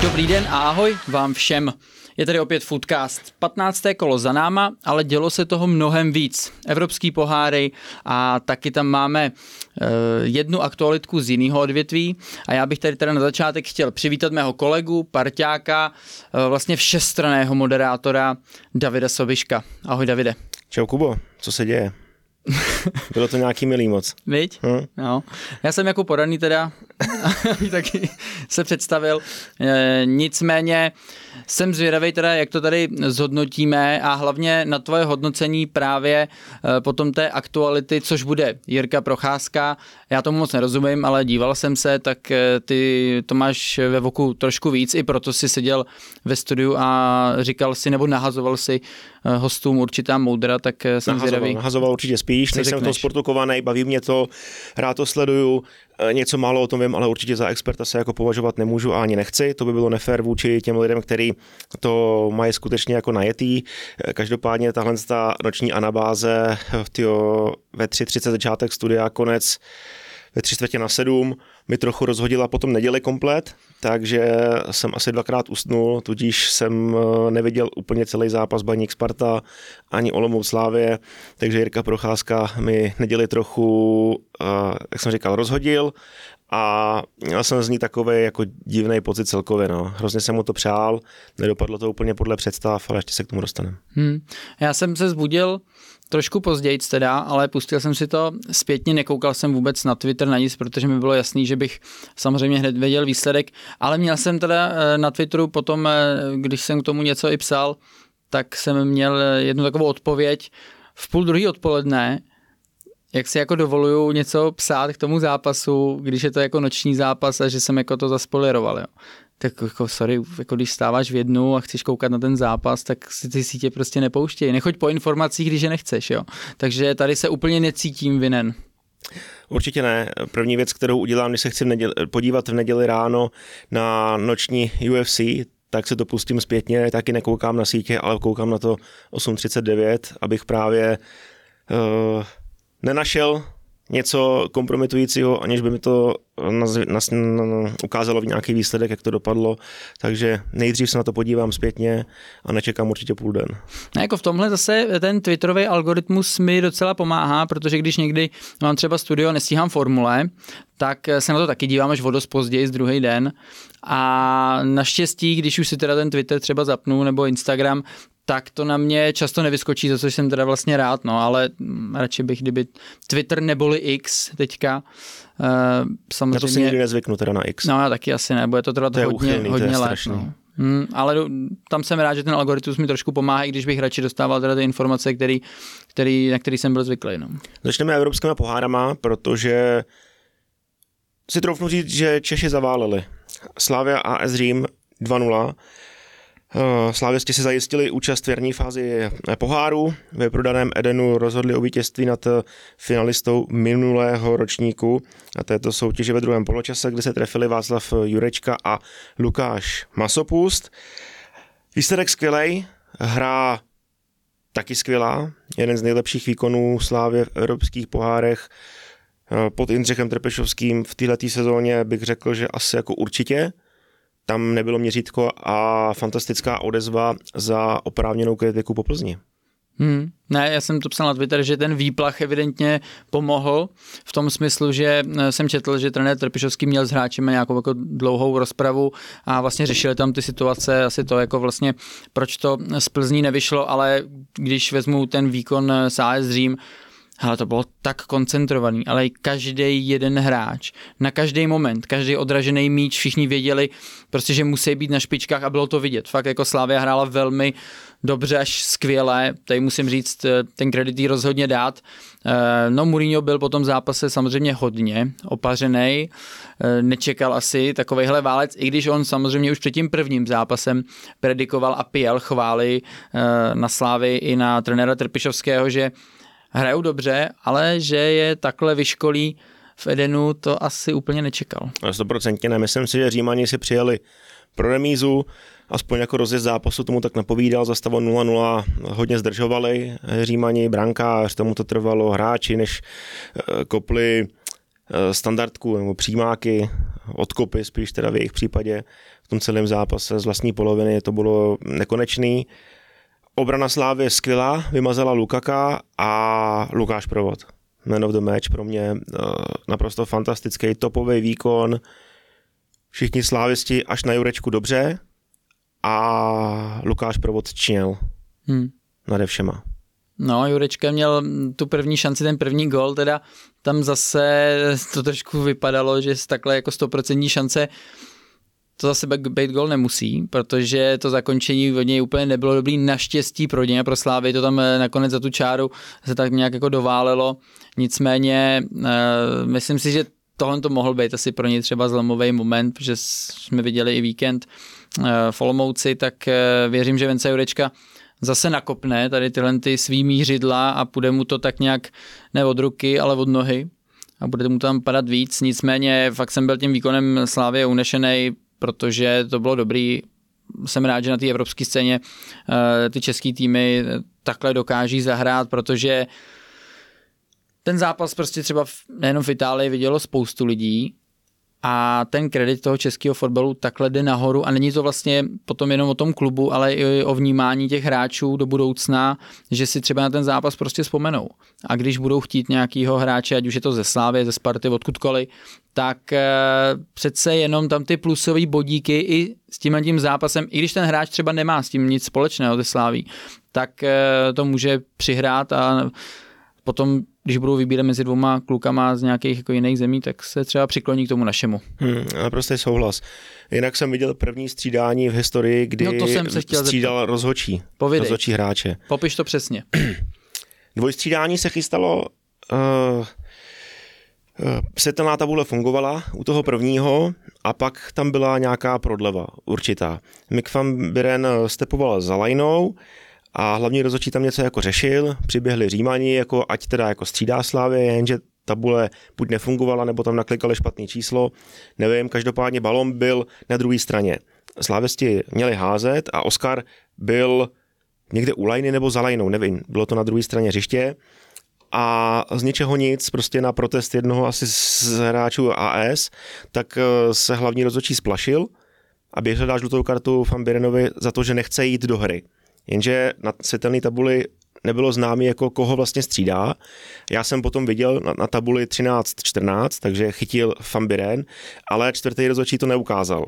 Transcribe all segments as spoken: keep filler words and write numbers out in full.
Dobrý den a ahoj vám všem. Je tady opět Footcast. patnácté kolo za náma, ale dělo se toho mnohem víc. Evropský poháry a taky tam máme uh, jednu aktualitku z jiného odvětví. A já bych tady teda na začátek chtěl přivítat mého kolegu, parťáka, uh, vlastně všestranného moderátora Davida Sobiška. Ahoj Davide. Čau Kubo, co se děje? Bylo to nějaký milý moc. Viď? Hm? No. Já jsem jako poradný teda, taky se představil. E, nicméně jsem zvědavý teda, jak to tady zhodnotíme a hlavně na tvoje hodnocení právě e, potom té aktuality, což bude Jirka Procházka. Já tomu moc nerozumím, ale díval jsem se, tak e, ty to máš ve voku trošku víc, i proto si seděl ve studiu a říkal si nebo nahazoval si e, hostům určitá moudra, tak e, jsem nahazoval, zvědavý. Nahazoval určitě spíš, nejsem v tom sportu kovaný, baví mě to, rád to sleduju, něco málo o tom vím, ale určitě za experta se jako považovat nemůžu a ani nechci, to by bylo nefér vůči těm lidem, kteří to mají skutečně jako najetý. Každopádně tahle noční anabáze tyjo, ve tři třicet začátek studia, konec ve tři čtvrtě na sedm, mi trochu rozhodila potom neděli komplet, takže jsem asi dvakrát usnul, tudíž jsem neviděl úplně celý zápas Baník Sparta ani Olomouc Slavie, takže Jirka Procházka mi neděli trochu, jak jsem říkal, rozhodil a měl jsem z ní takový jako divný pocit celkově, no. Hrozně jsem mu to přál, nedopadlo to úplně podle představ, ale ještě se k tomu dostaneme. Hmm. Já jsem se zbudil trošku později teda, ale pustil jsem si to zpětně, nekoukal jsem vůbec na Twitter na nic, protože mi bylo jasný, že bych samozřejmě hned věděl výsledek, ale měl jsem teda na Twitteru potom, když jsem k tomu něco i psal, tak jsem měl jednu takovou odpověď v půl druhý odpoledne, jak si jako dovoluju něco psát k tomu zápasu, když je to jako noční zápas a že jsem jako to zaspoileroval, jo. Tak jako sorry, jako když stáváš v jednu a chceš koukat na ten zápas, tak si ty sítě prostě nepouštěj. Nechoď po informacích, když je nechceš, jo. Takže tady se úplně necítím vinen. Určitě ne. První věc, kterou udělám, když se chci v neděli, podívat v neděli ráno na noční U F C, tak se to pustím zpětně, taky nekoukám na sítě, ale koukám na to osm třicet devět, abych právě uh, nenašel něco kompromitujícího, aniž by mi to naz- naz- n- ukázalo v nějaký výsledek, jak to dopadlo. Takže nejdřív se na to podívám zpětně a nečekám určitě půl den. No jako v tomhle zase ten twitterový algoritmus mi docela pomáhá, protože když někdy mám třeba studio, nestíhám formule, tak se na to taky dívám až o dost později z druhý den. A naštěstí, když už si teda ten Twitter třeba zapnu nebo Instagram, tak to na mě často nevyskočí, za což jsem teda vlastně rád, no, ale radši bych, kdyby Twitter neboli X teďka, uh, samozřejmě... Já to si nikdy nezvyknu teda na X. No, já taky asi ne, bude to trvat to hodně, uchylný, hodně to let, no. Hmm, ale tam jsem rád, že ten algoritmus mi trošku pomáhá, i když bych radši dostával teda ty informace, který, který, na který jsem byl zvyklý, no. Začneme evropskými pohárama, protože si troufnu říct, že Češi zaváleli. Slavia A S Řím dva nula. Slávisti si zajistili účast v jarní fázi poháru. Ve prodaném Edenu rozhodli o vítězství nad finalistou minulého ročníku a této soutěže ve druhém poločase, kdy se trefili Václav Jurečka a Lukáš Masopust. Výsledek skvělej, hra taky skvělá, jeden z nejlepších výkonů Slávie v evropských pohárech pod Jindřichem Trpešovským v této sezóně bych řekl, že asi jako určitě. Tam nebylo měřítko a fantastická odezva za oprávněnou kritiku po Plzni. Hmm. Ne, já jsem to psal na Twitter, že ten výplach evidentně pomohl v tom smyslu, že jsem četl, že trenér Trpišovský měl s hráčima nějakou jako dlouhou rozpravu a vlastně řešili tam ty situace, asi to jako vlastně, proč to z Plzní nevyšlo, ale když vezmu ten výkon s A S Řím, hele, to bylo tak koncentrovaný, ale každý jeden hráč, na každý moment, každý odražený míč, všichni věděli prostě, že musí být na špičkách a bylo to vidět. Fakt jako Slavia hrála velmi dobře až skvěle, tady musím říct, ten kredit jí rozhodně dát. No Mourinho byl po tom zápase samozřejmě hodně opařenej, nečekal asi takovejhle válec, i když on samozřejmě už před tím prvním zápasem predikoval a pěl chvály na Slavii i na trenéra Trpišovského, že hrajou dobře, ale že je takhle vyškolí v Edenu, to asi úplně nečekal. Stoprocentně ne. Myslím si, že Římani si přijeli pro remízu, aspoň jako rozjezd zápasu tomu tak napovídal, za stavu nula nula hodně zdržovali Římani, brankář, tomu to trvalo, hráči, než kopli standardku nebo přímáky odkopy spíš teda v jejich případě v tom celém zápase z vlastní poloviny, to bylo nekonečný. Obrana Slávy je skvělá, vymazala Lukaka a Lukáš Provod. Man of the match pro mě, naprosto fantastický topový výkon. Všichni slávisti až na Jurečku dobře a Lukáš Provod čněl hmm. nade všema. No, Jurečka měl tu první šanci, ten první gol, teda tam zase to trošku vypadalo, že takhle jako stoprocentní šance to zase být gol nemusí, protože to zakončení od něj úplně nebylo dobrý, naštěstí pro něj a pro Slávy to tam nakonec za tu čáru se tak nějak jako doválelo, nicméně uh, myslím si, že tohle to mohl být asi pro něj třeba zlomový moment, protože jsme viděli i víkend uh, v Olomouci, tak uh, věřím, že Venca Jurečka zase nakopne tady tyhle ty svý mířidla a půjde mu to tak nějak ne od ruky, ale od nohy a bude mu tam padat víc, nicméně fakt jsem byl tím výkonem Slávy unešenej, protože to bylo dobrý. Jsem rád, že na té evropské scéně ty český týmy takhle dokáží zahrát, protože ten zápas prostě třeba nejenom v Itálii vidělo spoustu lidí a ten kredit toho českého fotbalu takhle jde nahoru a není to vlastně potom jenom o tom klubu, ale i o vnímání těch hráčů do budoucna, že si třeba na ten zápas prostě vzpomenou. A když budou chtít nějakýho hráče, ať už je to ze Slávy, ze Sparty, odkudkoliv, tak e, přece jenom tam ty plusové bodíky i s tím tím zápasem, i když ten hráč třeba nemá s tím nic společného ze Sláví, tak e, to může přihrát a potom, když budou vybírat mezi dvouma klukama z nějakých jako jiných zemí, tak se třeba přikloní k tomu našemu. Hmm, naprostý souhlas. Jinak jsem viděl první střídání v historii, kdy no to jsem se chtěl střídal zeptat. rozhodčí, Povidej. rozhodčí hráče. Popiš to přesně. Dvojstřídání se chystalo, uh, uh, světelná tabule fungovala u toho prvního a pak tam byla nějaká prodleva určitá. Mick van Buren stepoval za lajnou a hlavní rozhodčí tam něco jako řešil, přiběhli Římani, jako ať teda jako střídá Slávě, jenže tabule buď nefungovala, nebo tam naklikali špatný číslo, nevím, každopádně balón byl na druhé straně. Slávisti měli házet a Oskar byl někde u lajny nebo za lajnou, nevím, bylo to na druhé straně hřiště a z ničeho nic, prostě na protest jednoho asi z hráčů A S, tak se hlavní rozhodčí splašil a běžel dát žlutou kartu Van Burenovi za to, že nechce jít do hry. Jenže na světelné tabuli nebylo známé, jako koho vlastně střídá. Já jsem potom viděl na, na tabuli třináct čtrnáct, takže chytil Van Buren, ale čtvrtý rozhodčí to neukázal.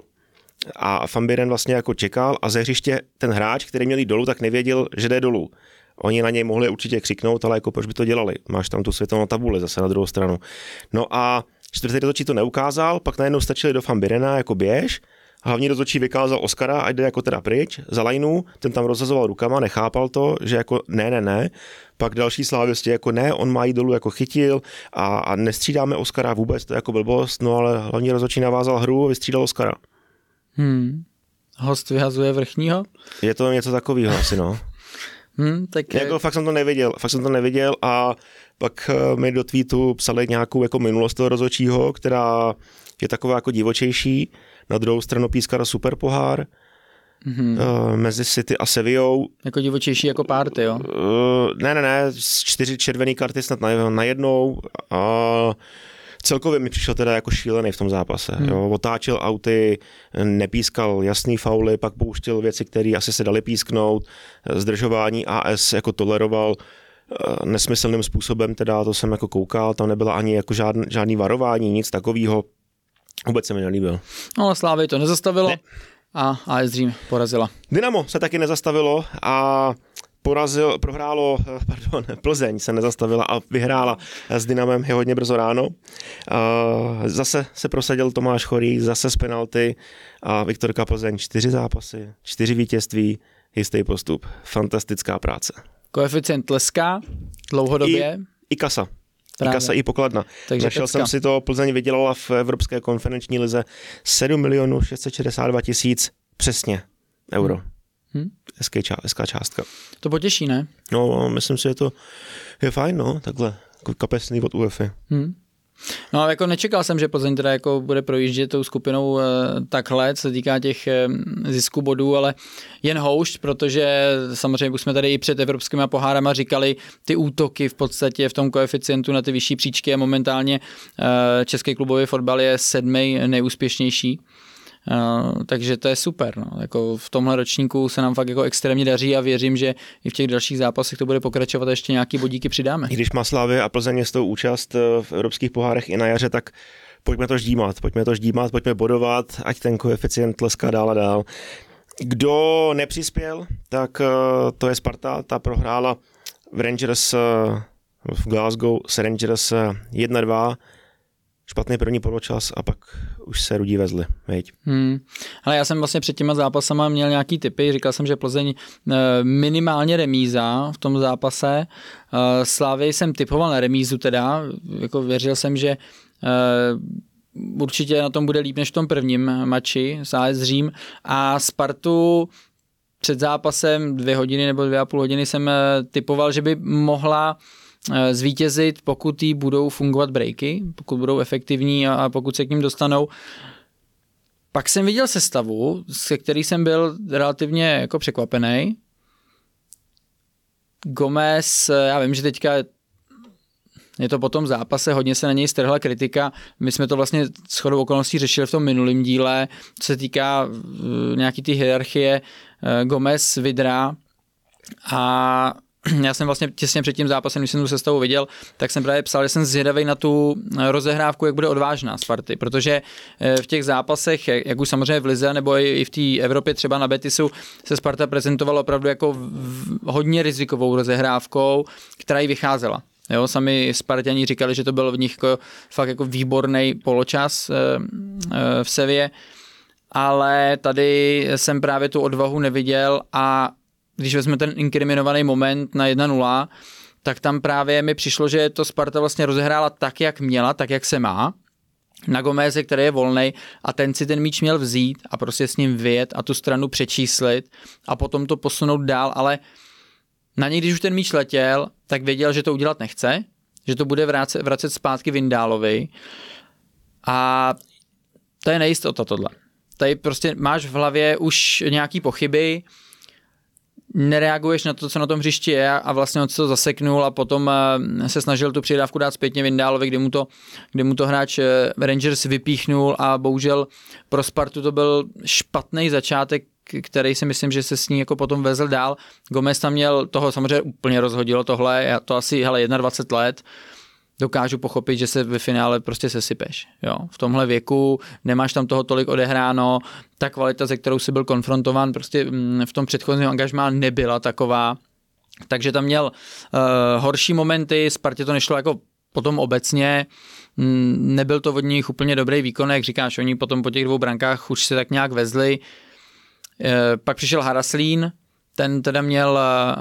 A Van Buren vlastně jako čekal a ze hřiště ten hráč, který měl jít dolů, tak nevěděl, že jde dolů. Oni na něj mohli určitě křiknout, ale jako proč by to dělali? Máš tam tu světelnou tabuli zase na druhou stranu. No a čtvrtý rozhodčí to neukázal, pak najednou stačili do Van Burena jako běž. Hlavní rozhodčí vykázal Oskara a jde jako teda pryč za lajnu, ten tam rozhazoval rukama, nechápal to, že jako ne, ne, ne. Pak další slávisti jako ne, on má jít dolů jako chytil a, a nestřídáme Oskara vůbec, to je jako blbost, no ale hlavní rozhodčí navázal hru a vystřídal Oskara. Hmm. Host vyhazuje vrchního? Je to něco takového asi, no. Hmm, tak jako, fakt jsem to neviděl, fakt jsem to neviděl a pak mi do tweetu psali nějakou jako minulost toho rozhodčího, která je taková jako divočejší. Na druhou stranu pískal super pohár mm-hmm. uh, mezi City a Sevillou. Jako divočejší jako party, jo? Uh, ne, ne, ne, čtyři červený karty snad najednou a celkově mi přišel teda jako šílený v tom zápase. Hmm. Jo? Otáčel auty, nepískal jasný fauly, pak pouštěl věci, které asi se daly písknout, zdržování A S jako toleroval uh, nesmyslným způsobem, teda to jsem jako koukal, tam nebyla ani jako žádný, žádný varování, nic takového. Vůbec se mi nelíbil. No ale Slávy to nezastavilo ne. a A S Dream porazila. Dynamo se taky nezastavilo a porazil, prohrálo, pardon, Plzeň se nezastavila a vyhrála s Dynamem je hodně brzo ráno. Zase se prosadil Tomáš Chorý, zase z penalty a Viktorka Plzeň čtyři zápasy, čtyři vítězství, jistý postup. Fantastická práce. Koeficient tleská dlouhodobě. I, i kasa. I kasa, i pokladna. Takže Našel pecka. jsem si to, Plzeň vydělala v Evropské konferenční lize sedm milionů šest set šedesát dva tisíc přesně euro. Hmm. Hezká, čá, hezká částka. To potěší, ne? No, myslím si, že to je fajn, no, takhle, kapesný od UEFA. Hmm. No jako nečekal jsem, že Plzeň teda jako bude projíždět tou skupinou e, takhle, co se týká těch e, zisku bodů, ale jen houšť, protože samozřejmě už jsme tady i před evropskými pohárama říkali, ty útoky v podstatě v tom koeficientu na ty vyšší příčky a momentálně e, český klubový fotbal je sedmý nejúspěšnější. Uh, takže to je super. No. Jako v tomhle ročníku se nám fakt jako extrémně daří a věřím, že i v těch dalších zápasech to bude pokračovat a ještě nějaký bodíky přidáme. I když má Slavia a Plzeň s tou účast v evropských pohárech i na jaře, tak pojďme to ždímat, pojďme to ždímat, pojďme bodovat, ať ten koeficient tleská dál a dál. Kdo nepřispěl, tak uh, to je Sparta, ta prohrála v Rangers uh, v Glasgow s Rangers uh, jedna dva. Špatný první poločas a pak už se rudí vezli, veď. Hmm. Ale já jsem vlastně před těma zápasama měl nějaký tipy, říkal jsem, že Plzeň minimálně remíza v tom zápase. Slávy jsem typoval na remízu teda, jako věřil jsem, že určitě na tom bude líp než v tom prvním mači s á es Řím a Spartu před zápasem dvě hodiny nebo dvě a půl hodiny jsem typoval, že by mohla zvítězit, pokud jí budou fungovat breaky, pokud budou efektivní a pokud se k ním dostanou. Pak jsem viděl sestavu, se který jsem byl relativně jako překvapený. Gomez, já vím, že teďka je to po tom zápase, hodně se na něj strhla kritika. My jsme to vlastně shodou okolností řešili v tom minulém díle, co se týká nějaký ty hierarchie Gomez, Vidra a já jsem vlastně těsně před tím zápasem, když jsem tu sestavu viděl, tak jsem právě psal, že jsem zvědavý na tu rozehrávku, jak bude odvážná Sparty, protože v těch zápasech, jak už samozřejmě v lize, nebo i v té Evropě třeba na Betisu, se Sparta prezentovala opravdu jako hodně rizikovou rozehrávkou, která jí vycházela. Jo, sami Sparťani říkali, že to byl v nich jako, fakt jako výborný poločas v Sevě, ale tady jsem právě tu odvahu neviděl a když vezme ten inkriminovaný moment na jedna nula, tak tam právě mi přišlo, že to Sparta vlastně rozehrála tak, jak měla, tak, jak se má, na Gomeze, který je volnej a ten si ten míč měl vzít a prostě s ním vyjet a tu stranu přečíslit a potom to posunout dál, ale na něj, když už ten míč letěl, tak věděl, že to udělat nechce, že to bude vracet, vracet zpátky Vindálovi a to je nejistota tohle. Tady prostě máš v hlavě už nějaký pochyby, nereaguješ na to, co na tom hřišti je a vlastně on se to zaseknul a potom se snažil tu přidávku dát zpětně Vindálovi, kdy mu to, kdy mu to hráč Rangers vypíchnul a bohužel pro Spartu to byl špatný začátek, který si myslím, že se s ní jako potom vezl dál. Gomez tam měl, toho samozřejmě úplně rozhodilo tohle, já to asi hele dvacet jedna let, dokážu pochopit, že se ve finále prostě sesypeš. Jo? V tomhle věku nemáš tam toho tolik odehráno, ta kvalita, ze kterou jsi byl konfrontován, prostě v tom předchozím angažmá nebyla taková, takže tam měl uh, horší momenty, Spartě to nešlo jako potom obecně, mm, nebyl to od nich úplně dobrý výkon, jak říkáš, oni potom po těch dvou brankách už se tak nějak vezli. Uh, pak přišel Haraslín, ten teda měl,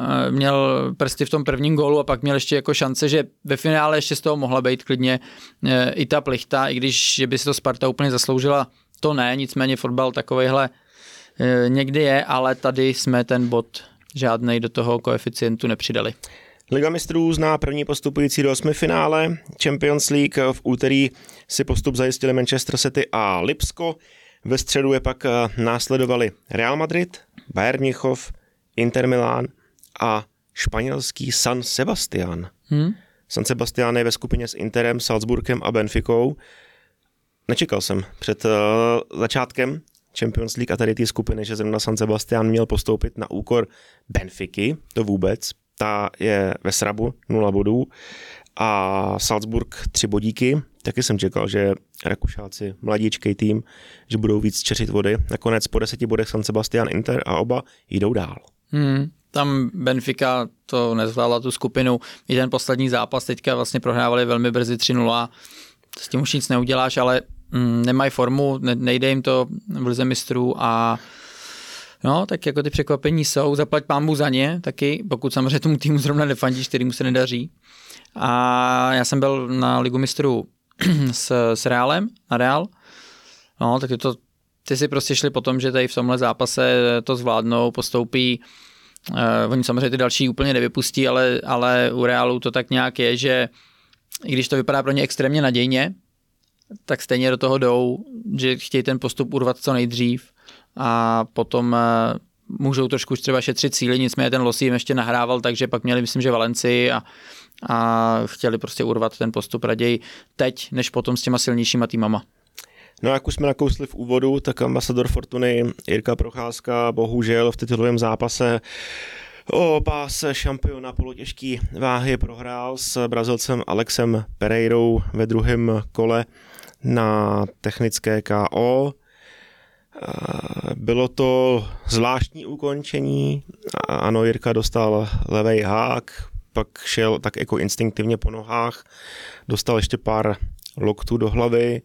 měl prsty v tom prvním gólu a pak měl ještě jako šance, že ve finále ještě z toho mohla být klidně i ta plichta, i když by si to Sparta úplně zasloužila, to ne, nicméně fotbal takovejhle někdy je, ale tady jsme ten bod žádnej do toho koeficientu nepřidali. Liga mistrů zná první postupující do osmifinále, Champions League v úterý si postup zajistili Manchester City a Lipsko, ve středu je pak následovali Real Madrid, Bayern Mnichov, Inter Milán a španělský San Sebastián. Hmm. San Sebastián je ve skupině s Interem, Salzburgem a Benficou. Nečekal jsem před uh, začátkem Champions League a tady ty skupiny, že zrovna San Sebastián měl postoupit na úkor Benfiky, to vůbec. Ta je ve srabu, nula bodů a Salzburg tři bodíky. Taky jsem čekal, že Rakušáci, mladíčkej tým, že budou víc čeřit vody. Nakonec po deseti bodech San Sebastián Inter a oba jdou dál. Hmm, tam Benfica to nezvládla tu skupinu. I ten poslední zápas teďka vlastně prohrávali velmi brzy tři nula. S tím už nic neuděláš, ale mm, nemají formu, ne, nejde jim to v lize mistrů a no, tak jako ty překvapení jsou, zaplať pánbůh za ně taky, pokud samozřejmě tomu týmu zrovna nefandíš, kterýmu se nedaří. A já jsem byl na ligu mistrů s, s Realem, na Real, no, tak to, ty si prostě šli po tom, že tady v tomhle zápase to zvládnou, postoupí, uh, oni samozřejmě ty další úplně nevypustí, ale, ale u Realu to tak nějak je, že i když to vypadá pro ně extrémně nadějně, tak stejně do toho jdou, že chtějí ten postup urvat co nejdřív a potom můžou trošku třeba šetřit síly, nicméně ten Losi jim ještě nahrával, takže pak měli, myslím, že Valencii a, a chtěli prostě urvat ten postup raději teď, než potom s těma silnějšíma týmama. No jak už jsme nakousli v úvodu, tak ambasador Fortuny Jirka Procházka bohužel v titulovém zápase o pás šampiona polotěžké váhy prohrál s Brazilcem Alexem Pereirou ve druhém kole na technické K O. Bylo to zvláštní ukončení, ano, Jirka dostal levej hák, pak šel tak jako instinktivně po nohách, dostal ještě pár loktů do hlavy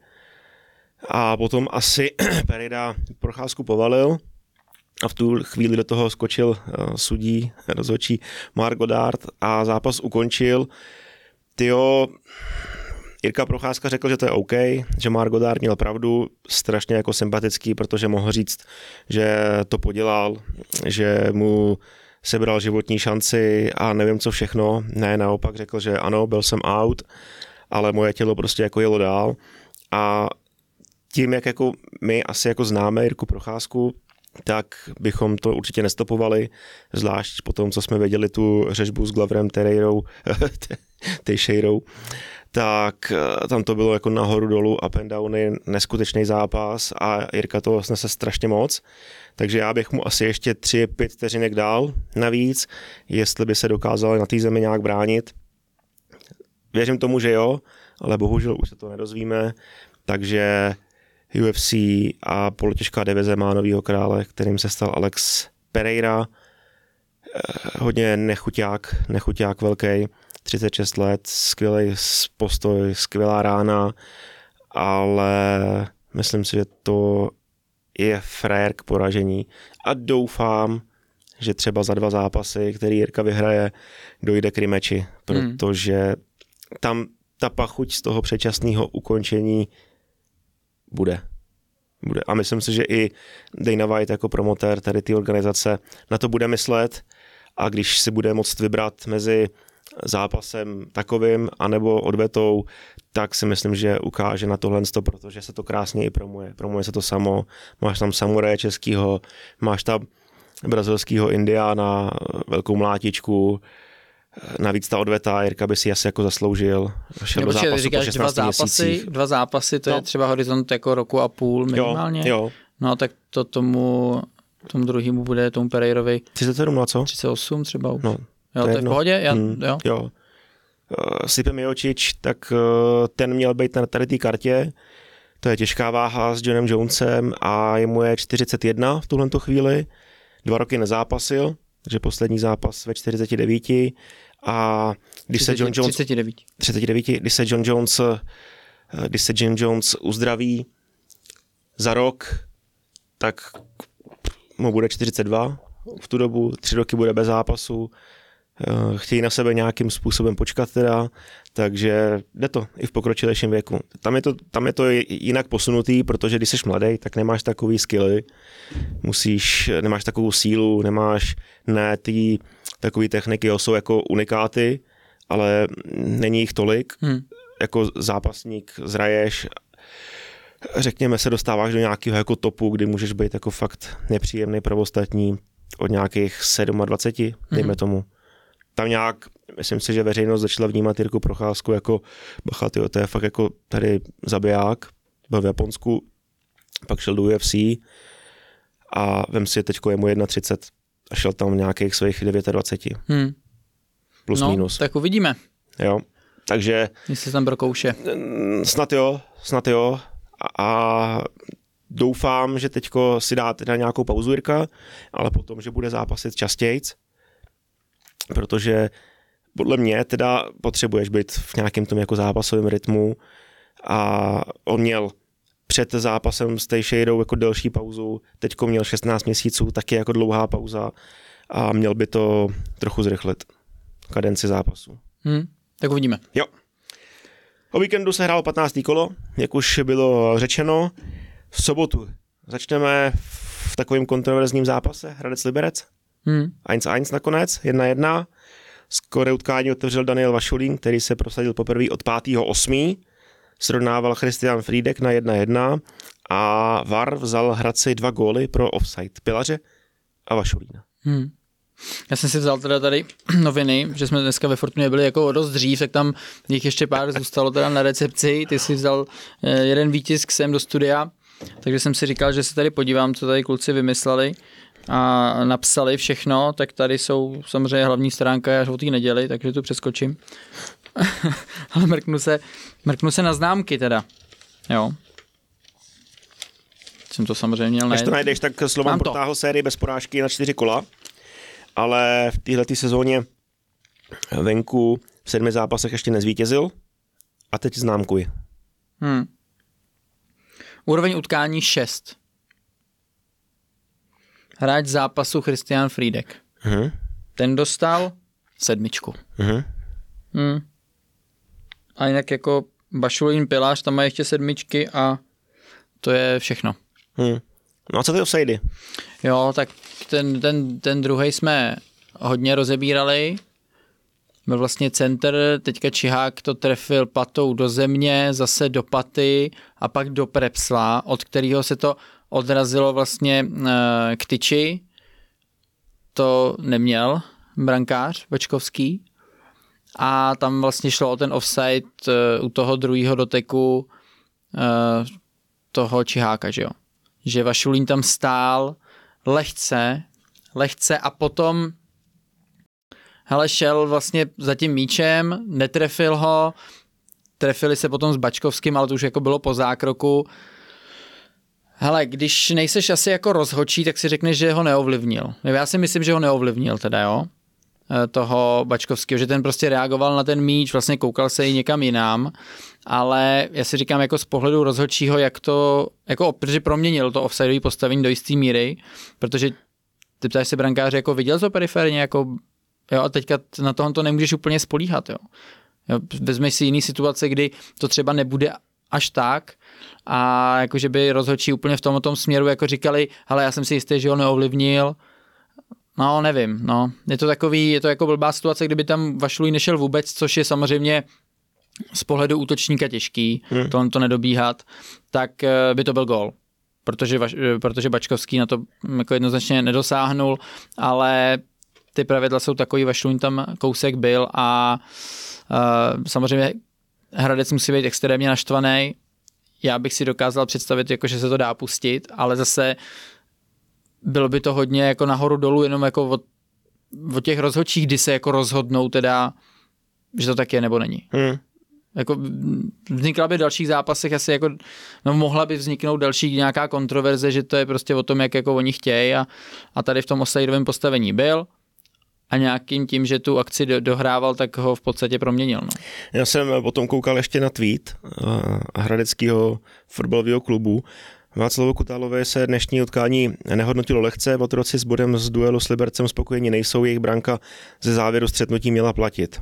a potom asi Pereira Procházku povalil a v tu chvíli do toho skočil sudí, rozhodčí Mark Goddard a zápas ukončil. Tyjo, Jirka Procházka řekl, že to je OK, že Mark Goddard měl pravdu, strašně jako sympatický, protože mohl říct, že to podělal, že mu sebral životní šanci a nevím co všechno. Ne, naopak řekl, že ano, byl jsem out, ale moje tělo prostě jako jelo dál. A tím, jak jako my asi jako známe Jirku Procházku, tak bychom to určitě nestopovali, zvlášť po tom, co jsme věděli tu řežbu s Gloverem Teixeirou, Teixeirou, tak tam to bylo jako nahoru dolů, up and downy, neskutečný zápas a Jirka to snese strašně moc, takže já bych mu asi ještě tři, pět vteřinek dal navíc, jestli by se dokázal na té zemi nějak bránit. Věřím tomu, že jo, ale bohužel už se to nedozvíme, takže U F C a polotěžká divize má novýho krále, kterým se stal Alex Pereira. Hodně nechuťák, nechuťák velký, třicet šest let, skvělý postoj, skvělá rána, ale myslím si, že to je frajer k poražení a doufám, že třeba za dva zápasy, který Jirka vyhraje, dojde k rematchi, protože tam ta pachuť z toho předčasného ukončení bude. bude. A myslím si, že i Dana White jako promotér tady ty organizace na to bude myslet a když si bude moct vybrat mezi zápasem takovým anebo odvetou, tak si myslím, že ukáže na tohle, protože se to krásně i promuje. Promuje se to samo. Máš tam samuraje českýho, máš tam brazilskýho indiána, velkou mlátičku, navíc ta odveta, Jirka by si asi jako zasloužil. Šel do zápasu říkáš, po šestnácti dva zápasy, měsících. Dva zápasy, to no. je třeba horizont jako roku a půl minimálně. Jo, jo. No tak to tomu, tomu druhému bude, tomu Pereirovi. třicet sedm na co? třicet osm třeba už. No, jo, to je v pohodě? Já, hmm, jo. jo. Uh, Stipe Miocic, tak uh, ten měl být na tady té kartě. To je těžká váha s Johnem Jonesem a jemu je čtyřicet jedna v tuhleto chvíli. Dva roky nezápasil, takže poslední zápas ve čtyřiceti devíti. A když třicet, se John Jones, třicet devět. třicet devět, když se John Jones, když se Jim Jones uzdraví za rok, tak mu bude čtyřicet dva v tu dobu, tři roky bude bez zápasu, chtějí na sebe nějakým způsobem počkat teda, takže jde to i v pokročilejším věku. Tam je to, tam je to jinak posunutý, protože když jsi mladý, tak nemáš takový skilly, musíš, nemáš takovou sílu, nemáš ne ty takové techniky, jsou jako unikáty, ale není jich tolik. Hmm. Jako zápasník zraješ, řekněme se dostáváš do nějakého jako topu, kdy můžeš být jako fakt nepříjemný pro ostatní od nějakých dvacet sedm, dejme hmm. tomu. Tam nějak, myslím si, že veřejnost začala vnímat Jirku Procházku jako bacha, tyjo, to je fakt jako tady zabiják, byl v Japonsku, pak šel do U F C a vem si, teďko je mu třicet jedna a šel tam nějakých svých dvacet devět. Hmm. Plus no, minus. Tak uvidíme. Jo, takže... Jestli tam prokouše. Snad jo, snad jo a, a doufám, že teďko si dá teda nějakou pauzu Jirka, ale potom, že bude zápasit častějc, protože podle mě teda potřebuješ být v nějakém tom jako zápasovém rytmu a on měl před zápasem s Teixeirou jako delší pauzu, teďko měl šestnáct měsíců, taky jako dlouhá pauza a měl by to trochu zrychlit kadenci zápasu. Hmm, tak uvidíme. Jo. O víkendu se hrálo patnácté kolo, jak už bylo řečeno. V sobotu začneme v takovém kontroverzním zápase Hradec Liberec. Hmm. eins eins nakonec, jedna jedna. Skóre utkání otevřel Daniel Vašulín, který se prosadil poprvé od pátého osmého Srovnával Christian Friedek na jedna jedna a V A R vzal Hradci dva góly pro offside Pilaře a Vašulína. Hmm. Já jsem si vzal teda tady noviny, že jsme dneska ve Fortuně byli jako dost dřív, tak tam jich ještě pár zůstalo teda na recepci. Ty si vzal jeden výtisk sem do studia, takže jsem si říkal, že se tady podívám, co tady kluci vymysleli a napsali všechno, tak tady jsou samozřejmě hlavní stránka až o té neděli, takže tu přeskočím. Ale mrknu se, mrknu se na známky teda, jo. Jsem to samozřejmě měl najít. Když to najdeš, tak Slovan protáhl sérii bez porážky na čtyři kola, ale v téhletý sezóně venku v sedmi zápasech ještě nezvítězil a teď známkuji. Hmm. Úroveň utkání šest. Hráč zápasu Christian Friedek. Uh-huh. Ten dostal sedmičku. Uh-huh. Hmm. A jinak jako Vašulín, Pilář, tam mají ještě sedmičky a to je všechno. Hmm. No a co ty offsidy? Jo, tak ten, ten, ten druhej jsme hodně rozebírali. Byl vlastně center, teďka Čihák to trefil patou do země, zase do paty a pak do prepsla, od kterého se to odrazilo vlastně e, k tyči. To neměl brankář Bačkovský. A tam vlastně šlo o ten offside e, u toho druhého doteku e, toho Čiháka, že jo. Že Vašulín tam stál lehce, lehce a potom hele, šel vlastně za tím míčem, netrefil ho, trefili se potom s Bačkovským, ale to už jako bylo po zákroku. Hele, když nejseš asi jako rozhodčí, tak si řekneš, že ho neovlivnil. Já si myslím, že ho neovlivnil teda, jo, toho Bačkovského, že ten prostě reagoval na ten míč, vlastně koukal se i někam jinam, ale já si říkám jako z pohledu rozhodčího, jak to, jako protože proměnil to offsideové postavení do jisté míry, protože ty ptáš se brankáře, jako viděl to periferně, jako jo, a teďka na tohle to nemůžeš úplně spolíhat, jo. jo. Vezmeš si jiný situace, kdy to třeba nebude až tak a jakože by rozhodčí úplně v tomto směru jako říkali, hele, já jsem si jistý, že ho neovlivnil. No, nevím, no. Je to takový, je to jako blbá situace, kdyby tam Vašulín nešel vůbec, což je samozřejmě z pohledu útočníka těžký, hmm. to, to nedobíhat, tak by to byl gól. Protože, protože Bačkovský na to jako jednoznačně nedosáhnul, ale ty pravidla jsou takový, Vašulín tam kousek byl a uh, samozřejmě Hradec musí být extrémně naštvaný. Já bych si dokázal představit, jako, že se to dá pustit, ale zase bylo by to hodně jako nahoru dolů, jenom jako od, od těch rozhodčích, kdy se jako rozhodnou teda, že to tak je nebo není. Hmm. Jako vznikla by v dalších zápasech asi jako, no mohla by vzniknout další nějaká kontroverze, že to je prostě o tom, jak jako oni chtějí a, a tady v tom offsideovém postavení byl a nějakým tím, že tu akci do, dohrával, tak ho v podstatě proměnil. No. Já jsem potom koukal ještě na tweet uh, hradeckého fotbalového klubu. Václavu Kutálové se dnešní utkání nehodnotilo lehce, otroci s bodem z duelu s Libercem spokojení nejsou, jejich branka ze závěru střetnutí měla platit.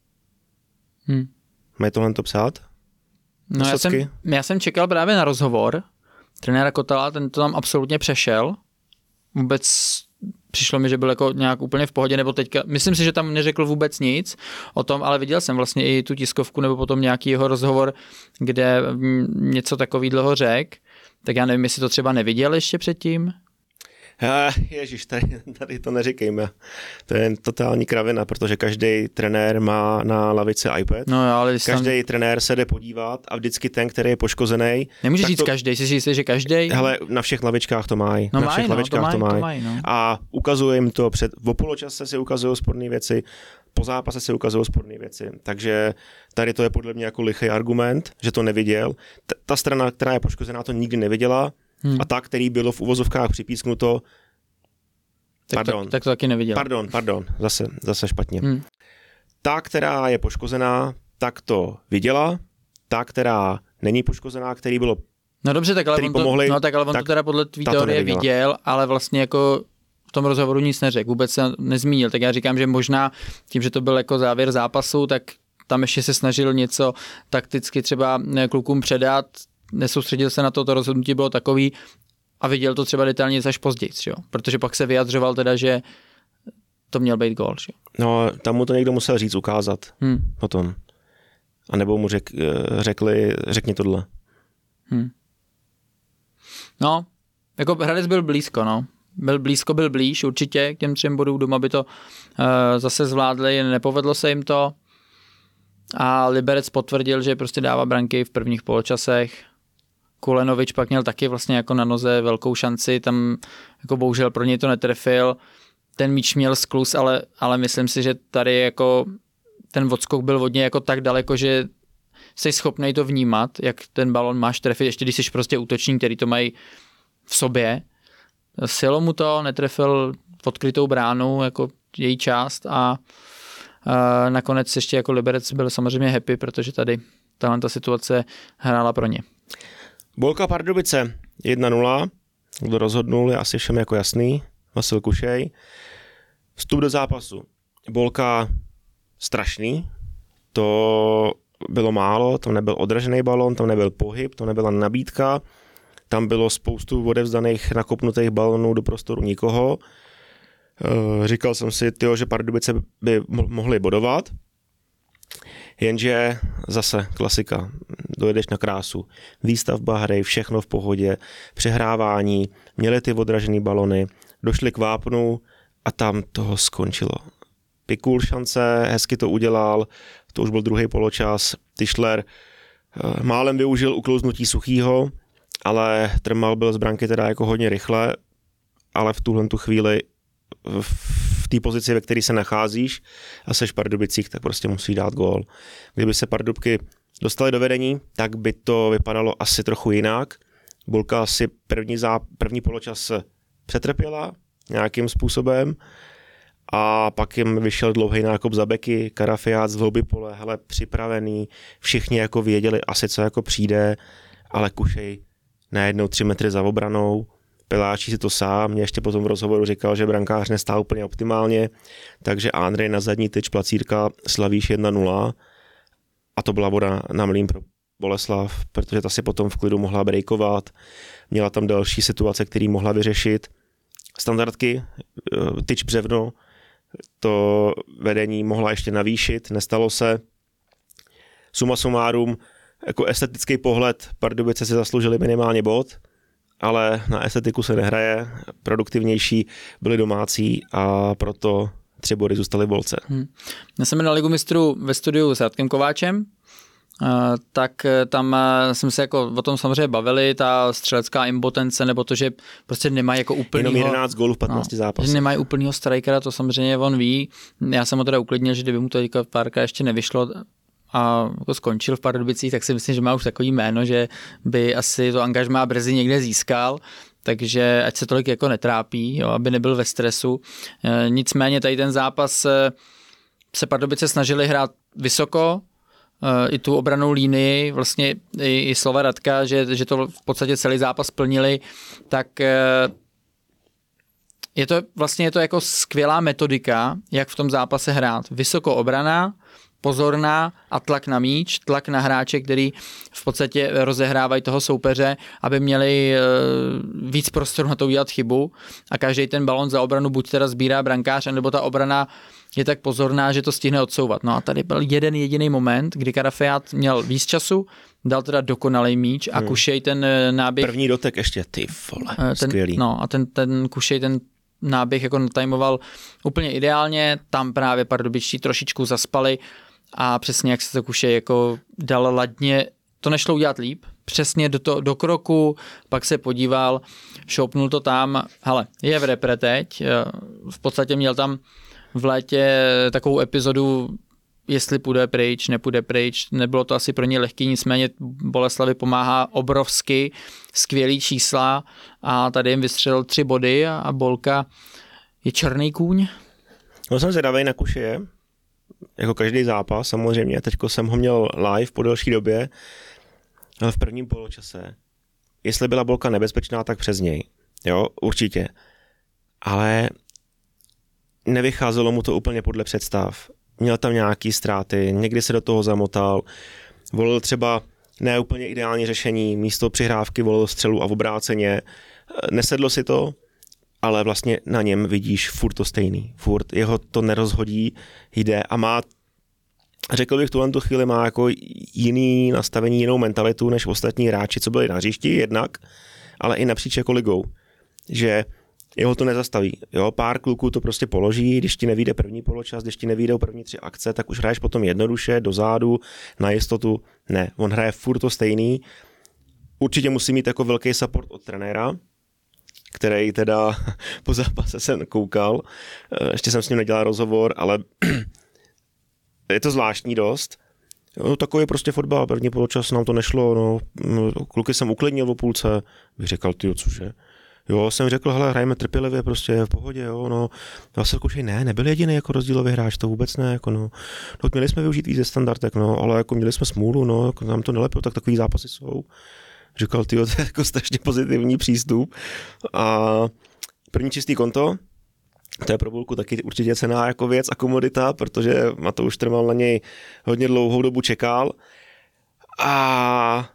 Hmm. Mají tohle to psát? No já jsem, já jsem čekal právě na rozhovor trenéra Kotala, ten to tam absolutně přešel. Vůbec přišlo mi, že byl jako nějak úplně v pohodě, nebo teďka, myslím si, že tam neřekl vůbec nic o tom, ale viděl jsem vlastně i tu tiskovku, nebo potom nějaký jeho rozhovor, kde něco takového řekl. Tak já nevím, jestli to třeba neviděl ještě předtím. Ježíš, tady, tady to neříkejme. To je totální kravina, protože každý trenér má na lavici iPad. No, ale každý tam... trenér se jde podívat a vždycky ten, který je poškozený. Nemůžeš říct to... každý, jsi si jistý, že každý? Hele, na všech lavičkách to mají. No na všech maj, lavičkách no, to mají. To maj, no. A ukazuje jim to před, v poločase si ukazují sporné věci, po zápase si ukazují sporné věci. Takže tady to je podle mě jako lichý argument, že to neviděl. T- ta strana, která je poškozená, to nikdy neviděla. Hmm. A ta, který bylo v uvozovkách připísknuto, tak pardon, to, tak to taky neviděl. Pardon, pardon, zase, zase špatně. Hmm. Ta, která je poškozená, tak to viděla. Ta, která není poškozená, který bylo No dobře, tak ale on, pomohli, to, no, tak ale on tak to teda podle tvý teorie viděl, ale vlastně jako v tom rozhovoru nic neřekl, vůbec se nezmínil. Tak já říkám, že možná tím, že to byl jako závěr zápasu, tak tam ještě se snažil něco takticky třeba klukům předat, nesoustředil se na to, to rozhodnutí bylo takový a viděl to třeba detailně až později, jo? Protože pak se vyjadřoval teda, že to měl být gól. Že? No, tam mu to někdo musel říct, ukázat hmm. potom. A nebo mu řek, řekli, řekni tohle. Hmm. No, jako Hradec byl blízko, no. Byl blízko, byl blíž určitě k těm třem bodům, doma by to uh, zase zvládli, nepovedlo se jim to. A Liberec potvrdil, že prostě dává branky v prvních poločasech. Kulenovič pak měl taky vlastně jako na noze velkou šanci, tam jako bohužel pro něj to netrefil. Ten míč měl skluz, ale, ale myslím si, že tady jako ten odskok byl od něj jako tak daleko, že jsi schopnej to vnímat, jak ten balon máš trefit, ještě když jsi prostě útočník, který to mají v sobě. Silo mu to, netrefil odkrytou bránu, jako její část a, a nakonec ještě jako Liberec byl samozřejmě happy, protože tady tahle ta situace hrála pro ně. Bolka Pardubice jedna nula, kdo rozhodnul je asi všem jako jasný, Vasil Kušej. Vstup do zápasu. Bolka strašný, to bylo málo, tam nebyl odražený balon, tam nebyl pohyb, to nebyla nabídka, tam bylo spoustu odevzdaných nakopnutých balonů do prostoru nikoho. Říkal jsem si, tyjo, že Pardubice by mohly bodovat, jenže zase klasika, dojedeš na krásu, výstavba hry, všechno v pohodě, přehrávání, měli ty odražený balony, došli k vápnu a tam toho skončilo. Pikul šance, hezky to udělal, to už byl druhý poločas, Tischler málem využil uklouznutí Suchýho, ale Trmal byl z branky teda jako hodně rychle, ale v tuhle tu chvíli v té pozici, ve které se nacházíš a seš v Pardubicích, tak prostě musí dát gól. Kdyby se Pardubky dostali do vedení, tak by to vypadalo asi trochu jinak. Bolka asi první, zá, první poločas přetrpěla nějakým způsobem a pak jim vyšel dlouhý nákop za beky, Karafiát z hlouby pole, hele, připravený, všichni jako věděli asi, co jako přijde, ale Kušej najednou tři metry za obranou, Peláčí si to sám, mě ještě potom v rozhovoru říkal, že brankář nestál úplně optimálně, takže Andrej na zadní tyč placírka slavíš jedna nula a to byla voda na mlýn pro Boleslav, protože ta si potom v klidu mohla breakovat, měla tam další situace, který mohla vyřešit. Standardky, tyč břevno, to vedení mohla ještě navýšit, nestalo se. Suma sumárum, jako estetický pohled, Pardubice si zasloužili minimálně bod, ale na estetiku se nehraje, produktivnější byli domácí a proto tři body zůstaly v Bolce. Hmm. Já jsem na Ligu mistrů ve studiu s Radkem Kováčem, tak tam jsme se jako o tom samozřejmě bavili, ta střelecká impotence, nebo to, že prostě nemají jako úplnýho... Jenom jedenáct gólů v patnácti no, zápasech. Že nemají úplnýho strikera, to samozřejmě on ví. Já jsem ho teda uklidnil, že kdyby mu to teďka párkrát ještě nevyšlo a jako skončil v Pardubicích, tak si myslím, že má už takový jméno, že by asi to angažmá brzy někde získal, takže ať se tolik jako netrápí, jo, aby nebyl ve stresu. E, nicméně tady ten zápas e, se Pardubice snažili hrát vysoko, e, i tu obranou línii, vlastně i, i slova Radka, že, že to v podstatě celý zápas plnili, tak e, je to vlastně je to jako skvělá metodika, jak v tom zápase hrát. Vysoko obrana, pozorná a tlak na míč, tlak na hráče, který v podstatě rozehrávají toho soupeře, aby měli víc prostoru na to udělat chybu a každý ten balon za obranu buď teda sbírá brankář, nebo ta obrana je tak pozorná, že to stihne odsouvat. No a tady byl jeden jediný moment, kdy Karafiát měl víc času, dal teda dokonalý míč a hmm. Kušej ten náběh... První dotek ještě, ty vole, ten, skvělý. No a ten, ten Kušej ten náběh jako natajmoval úplně ideálně, tam právě pardubičtí trošičku zaspali a přesně jak se to Kušej jako dal ladně, to nešlo udělat líp, přesně do, to, do kroku, pak se podíval, šoupnul to tam, hele, je v repre teď, v podstatě měl tam v létě takovou epizodu, jestli půjde pryč, nepůjde pryč, nebylo to asi pro ně lehký, nicméně Boleslavi pomáhá obrovsky, skvělý čísla a tady jim vystřelil tři body a, a Bolka je černý kůň. No jsem zvědavej na Kušeje, jako každý zápas samozřejmě, teďko jsem ho měl live po delší době, ale v prvním poločase, jestli byla Bolka nebezpečná, tak přes něj, jo, určitě, ale nevycházelo mu to úplně podle představ, měl tam nějaký ztráty, někdy se do toho zamotal, volil třeba ne úplně ideální řešení, místo přihrávky volil střelu a v obráceně, nesedlo si to ale vlastně na něm vidíš furt to stejný. Furt jeho to nerozhodí, jde a má, řekl bych, v tuhle tu chvíli má jako jiný nastavení, jinou mentalitu než ostatní hráči, co byli na hřišti jednak, ale i napříč jako ligou. Že jeho to nezastaví. Jo, pár kluků to prostě položí, když ti nevyjde první poločas, když ti nevyjdou první tři akce, tak už hraješ potom jednoduše, dozadu, na jistotu. Ne, on hraje furt to stejný. Určitě musí mít jako velký support od trenéra, který teda po zápase jsem koukal. Ještě jsem s ním nedělal rozhovor, ale je to zvláštní dost. No, takový je prostě fotbal, první poločas nám to nešlo, no, kluky jsem uklidnil o půlce, bych řekl, tyjo, cože. Jo, jsem řekl, hele, hrajeme trpělivě, prostě v pohodě, jo, no. Já se koušej, ne, nebyl jediný jako rozdílový hráč, to vůbec ne, jako no. No, měli jsme využít víc ze standardek, no, ale jako měli jsme smůlu, no, jako nám to nelepilo, tak takový zápasy jsou. Říkal, tyjo, to je jako strašně pozitivní přístup. A první čistý konto, to je pro Bulku taky určitě cenná jako věc a komodita, protože Matouš Trmal na něj hodně dlouhou dobu čekal. A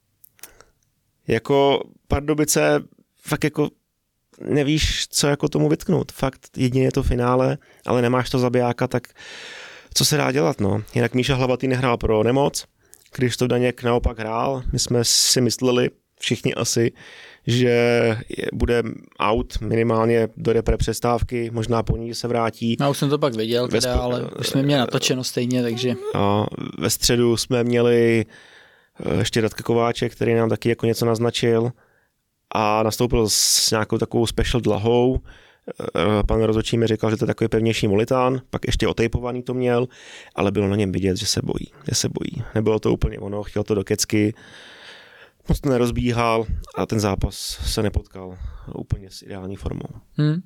jako Pardubice fakt jako nevíš, co jako tomu vytknout. Fakt jedině je to finále, ale nemáš to zabijáka, tak co se dá dělat, no. Jinak Míša Hlavatý nehrál pro nemoc, když to Daněk naopak hrál. My jsme si mysleli, všichni asi, že bude out minimálně do repre přestávky, možná po ní se vrátí. Já už jsem to pak viděl, teda, sp... ale už jsme měli natočeno stejně, takže... A ve středu jsme měli ještě Radka Kováček, který nám taky jako něco naznačil a nastoupil s nějakou takovou special dlahou. Pan rozhodčí mi říkal, že to je takový pevnější molitán, pak ještě otejpovaný to měl, ale bylo na něm vidět, že se bojí, že se bojí. Nebylo to úplně ono, chtěl to do kecky, moc to nerozbíhal a ten zápas se nepotkal úplně s ideální formou. Hmm.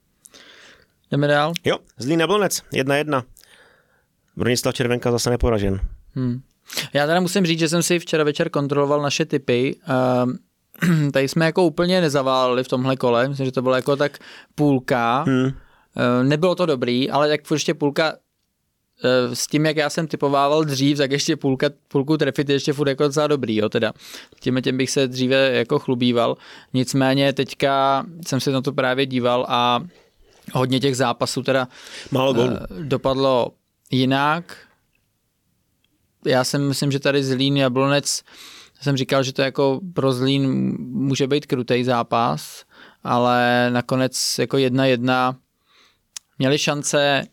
Jdeme dál? Jo, Zlín Jablonec, jedna jedna. Bronislav Červenka zase neporažen. Hmm. Já teda musím říct, že jsem si včera večer kontroloval naše tipy. Um, tady jsme jako úplně nezaválili v tomhle kole, myslím, že to bylo jako tak půlka. Hmm. Uh, nebylo to dobrý, ale tak ještě půlka uh, s tím, jak já jsem typovával dřív, tak ještě půlka, půlku trefit je ještě furt jako docela dobrý, jo, teda. Tím těm bych se dříve jako chlubíval. Nicméně teďka jsem se na to právě díval a hodně těch zápasů teda málo gólů. Uh, dopadlo jinak. Já si myslím, že tady Zlín Jablonec, jsem říkal, že to jako pro Zlín může být krutej zápas, ale nakonec jako jedna jedna měli šance,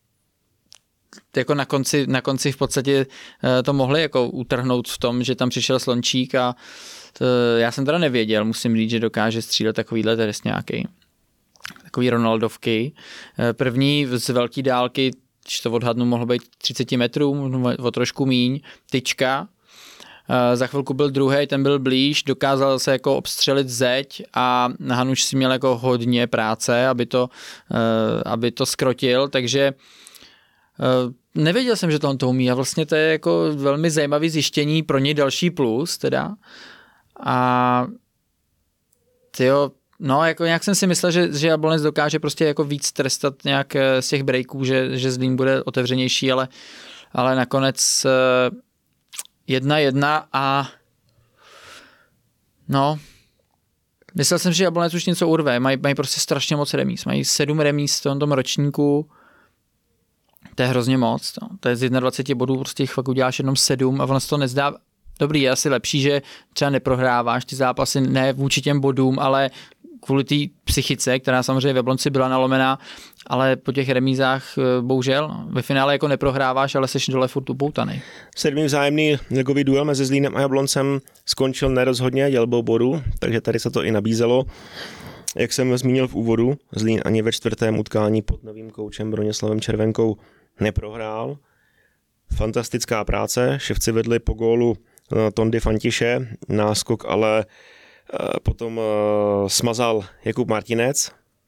jako na konci, na konci v podstatě to mohli jako utrhnout v tom, že tam přišel Slončík a to, já jsem teda nevěděl, musím říct, že dokáže střílet takovýhle trest nějaký. Takový Ronaldovky. První z velké dálky, když to odhadnu, mohlo být třicet metrů, o trošku míň, tyčka. Za chvilku byl druhý, ten byl blíž, dokázal se jako obstřelit zeď a Hanuš si měl jako hodně práce, aby to, aby to skrotil, takže nevěděl jsem, že to on to umí a vlastně to je jako velmi zajímavý zjištění, pro něj další plus teda. A tyjo, no, jako nějak jsem si myslel, že, že Jablonec dokáže prostě jako víc trestat nějak z těch breaků, že, že Zlín bude otevřenější, ale, ale nakonec jedna jedna a no, myslel jsem, že Jablonec už něco urve, mají, mají prostě strašně moc remíz, mají sedm remíz v tom, tom ročníku, to je hrozně moc, no. To je z dvacet jedna bodů, prostě fakt uděláš jenom sedm a ono se to nezdá. Dobrý, je asi lepší, že třeba neprohráváš ty zápasy ne vůči těm bodům, ale kvůli té psychice, která samozřejmě v Jablonci byla nalomená, ale po těch remízách bohužel no, ve finále jako neprohráváš, ale seš dole furt upoutanej. Sedmý vzájemný ligový duel mezi Zlínem a Jabloncem skončil nerozhodně dělbou bodu, takže tady se to i nabízelo. Jak jsem zmínil v úvodu, Zlín ani ve čtvrtém utkání pod novým koučem Bronislavem Červenkou neprohrál. Fantastická práce, Ševci vedli po gólu Tondy Fantiše, náskok ale potom smazal Jakub Martinec.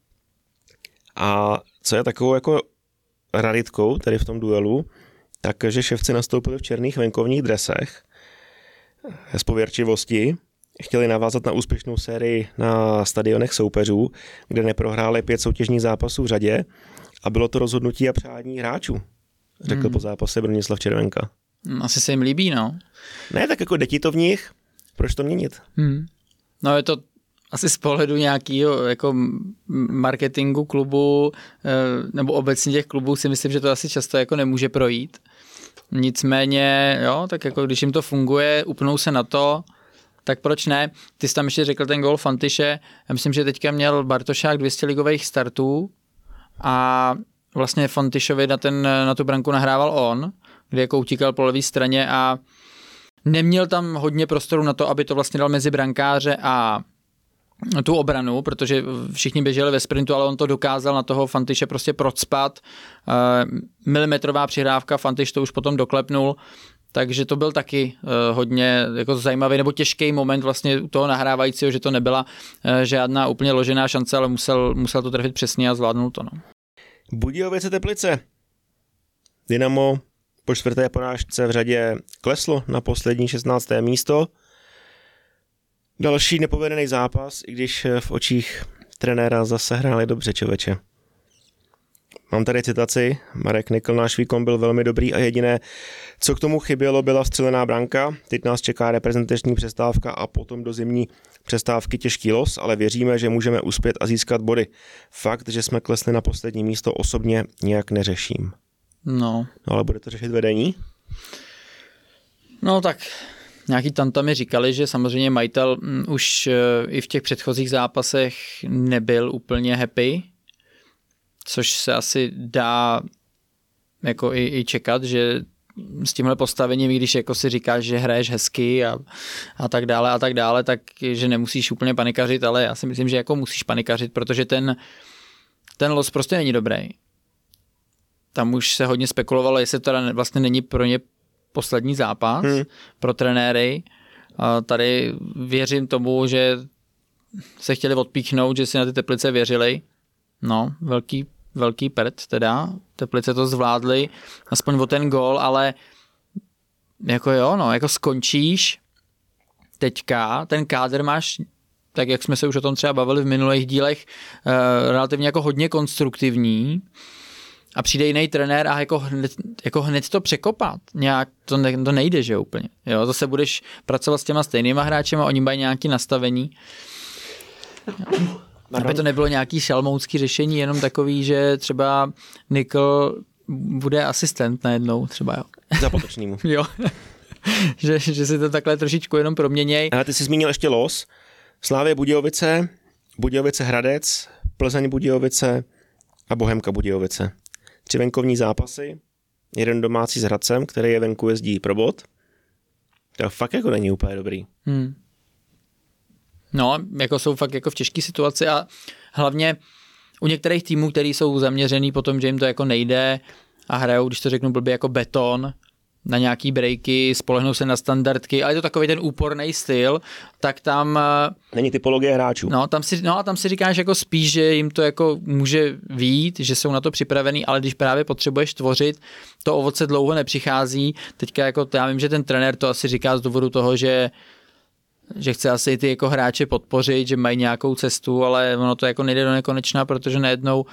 A co je takovou jako raritkou tady v tom duelu, takže Ševci nastoupili v černých venkovních dresech z pověrčivosti. Chtěli navázat na úspěšnou sérii na stadionech soupeřů, kde neprohráli pět soutěžních zápasů v řadě a bylo to rozhodnutí a přání hráčů, řekl hmm. po zápase Bronislav Červenka. Asi se jim líbí, no. Ne, tak jako jde ti to v nich, proč to měnit? Hmm. No je to asi z pohledu nějakého jako marketingu klubu nebo obecně těch klubů si myslím, že to asi často jako nemůže projít. Nicméně, jo, tak jako když jim to funguje, upnou se na to, tak proč ne? Ty jsi tam ještě řekl ten gól Fantyše, já myslím, že teďka měl Bartošák dvě stě ligových startů a vlastně Fantyšovi na, ten, na tu branku nahrával on, kde jako utíkal po levé straně a neměl tam hodně prostoru na to, aby to vlastně dal mezi brankáře a tu obranu, protože všichni běželi ve sprintu, ale on to dokázal na toho Fantyše prostě procpat. Milimetrová přihrávka, Fantyš to už potom doklepnul, takže to byl taky hodně jako zajímavý nebo těžký moment vlastně u toho nahrávajícího, že to nebyla žádná úplně ložená šance, ale musel, musel to trefit přesně a zvládnul to. No. Budějovice Teplice. Dynamo po čtvrté porážce v řadě kleslo na poslední šestnácté místo. Další nepovedený zápas, i když v očích trenéra zase hráli dobře, člověče. Mám tady citaci, Marek Nikl, náš výkon byl velmi dobrý a jediné, co k tomu chybělo, byla vstřelená branka. Teď nás čeká reprezentační přestávka a potom do zimní přestávky těžký los, ale věříme, že můžeme uspět a získat body. Fakt, že jsme klesli na poslední místo, osobně nějak neřeším. No. No ale bude to řešit vedení? No tak nějaký tanta mi říkali, že samozřejmě majitel m, už i v těch předchozích zápasech nebyl úplně happy, což se asi dá jako i, i čekat, že s tímhle postavením, když jako si říkáš, že hraješ hezky a, a tak dále a tak dále, tak že nemusíš úplně panikařit, ale já si myslím, že jako musíš panikařit, protože ten, ten los prostě není dobrý. Tam už se hodně spekulovalo, jestli to vlastně není pro ně poslední zápas, hmm. pro trenéry. A tady věřím tomu, že se chtěli odpíchnout, že si na ty Teplice věřili. No, velký, velký prd teda. Teplice to zvládli, aspoň o ten gól, ale jako jo, no, jako skončíš teďka, ten kádr máš, tak jak jsme se už o tom třeba bavili v minulých dílech, eh, relativně jako hodně konstruktivní a přijde jiný trenér a jako hned, jako hned to překopat. Nějak to, ne, to nejde, že úplně. Jo, zase budeš pracovat s těma stejnýma hráčema, oni mají nějaké nastavení. Aby to nebylo nějaký šalmoutský řešení, jenom takový, že třeba Nikl bude asistent najednou třeba, jo. Za potočnýmu. Jo. že, že si to takhle trošičku jenom proměněj. A ty jsi zmínil ještě los. Slavia Budějovice, Budějovice Hradec, Plzeň Budějovice a Bohemka Budějovice. Tři venkovní zápasy, jeden domácí s Hradcem, který je venku jezdí pro bod. To fakt jako není úplně dobrý. Hmm. No, jako jsou fakt jako v těžké situaci a hlavně u některých týmů, který jsou zaměřený po tom, že jim to jako nejde a hrajou, když to řeknu blbě, jako beton na nějaký breaky, spolehnou se na standardky, ale je to takový ten úporný styl, tak tam... Není typologie hráčů. No, tam si, no a tam si říkáš jako spíš, že jim to jako může vyjít, že jsou na to připravený, ale když právě potřebuješ tvořit, to ovoce dlouho nepřichází. Teďka jako, já vím, že ten trenér to asi říká z důvodu toho, že že chce asi ty jako hráče podpořit, že mají nějakou cestu, ale ono to jako nejde do nekonečna, protože najednou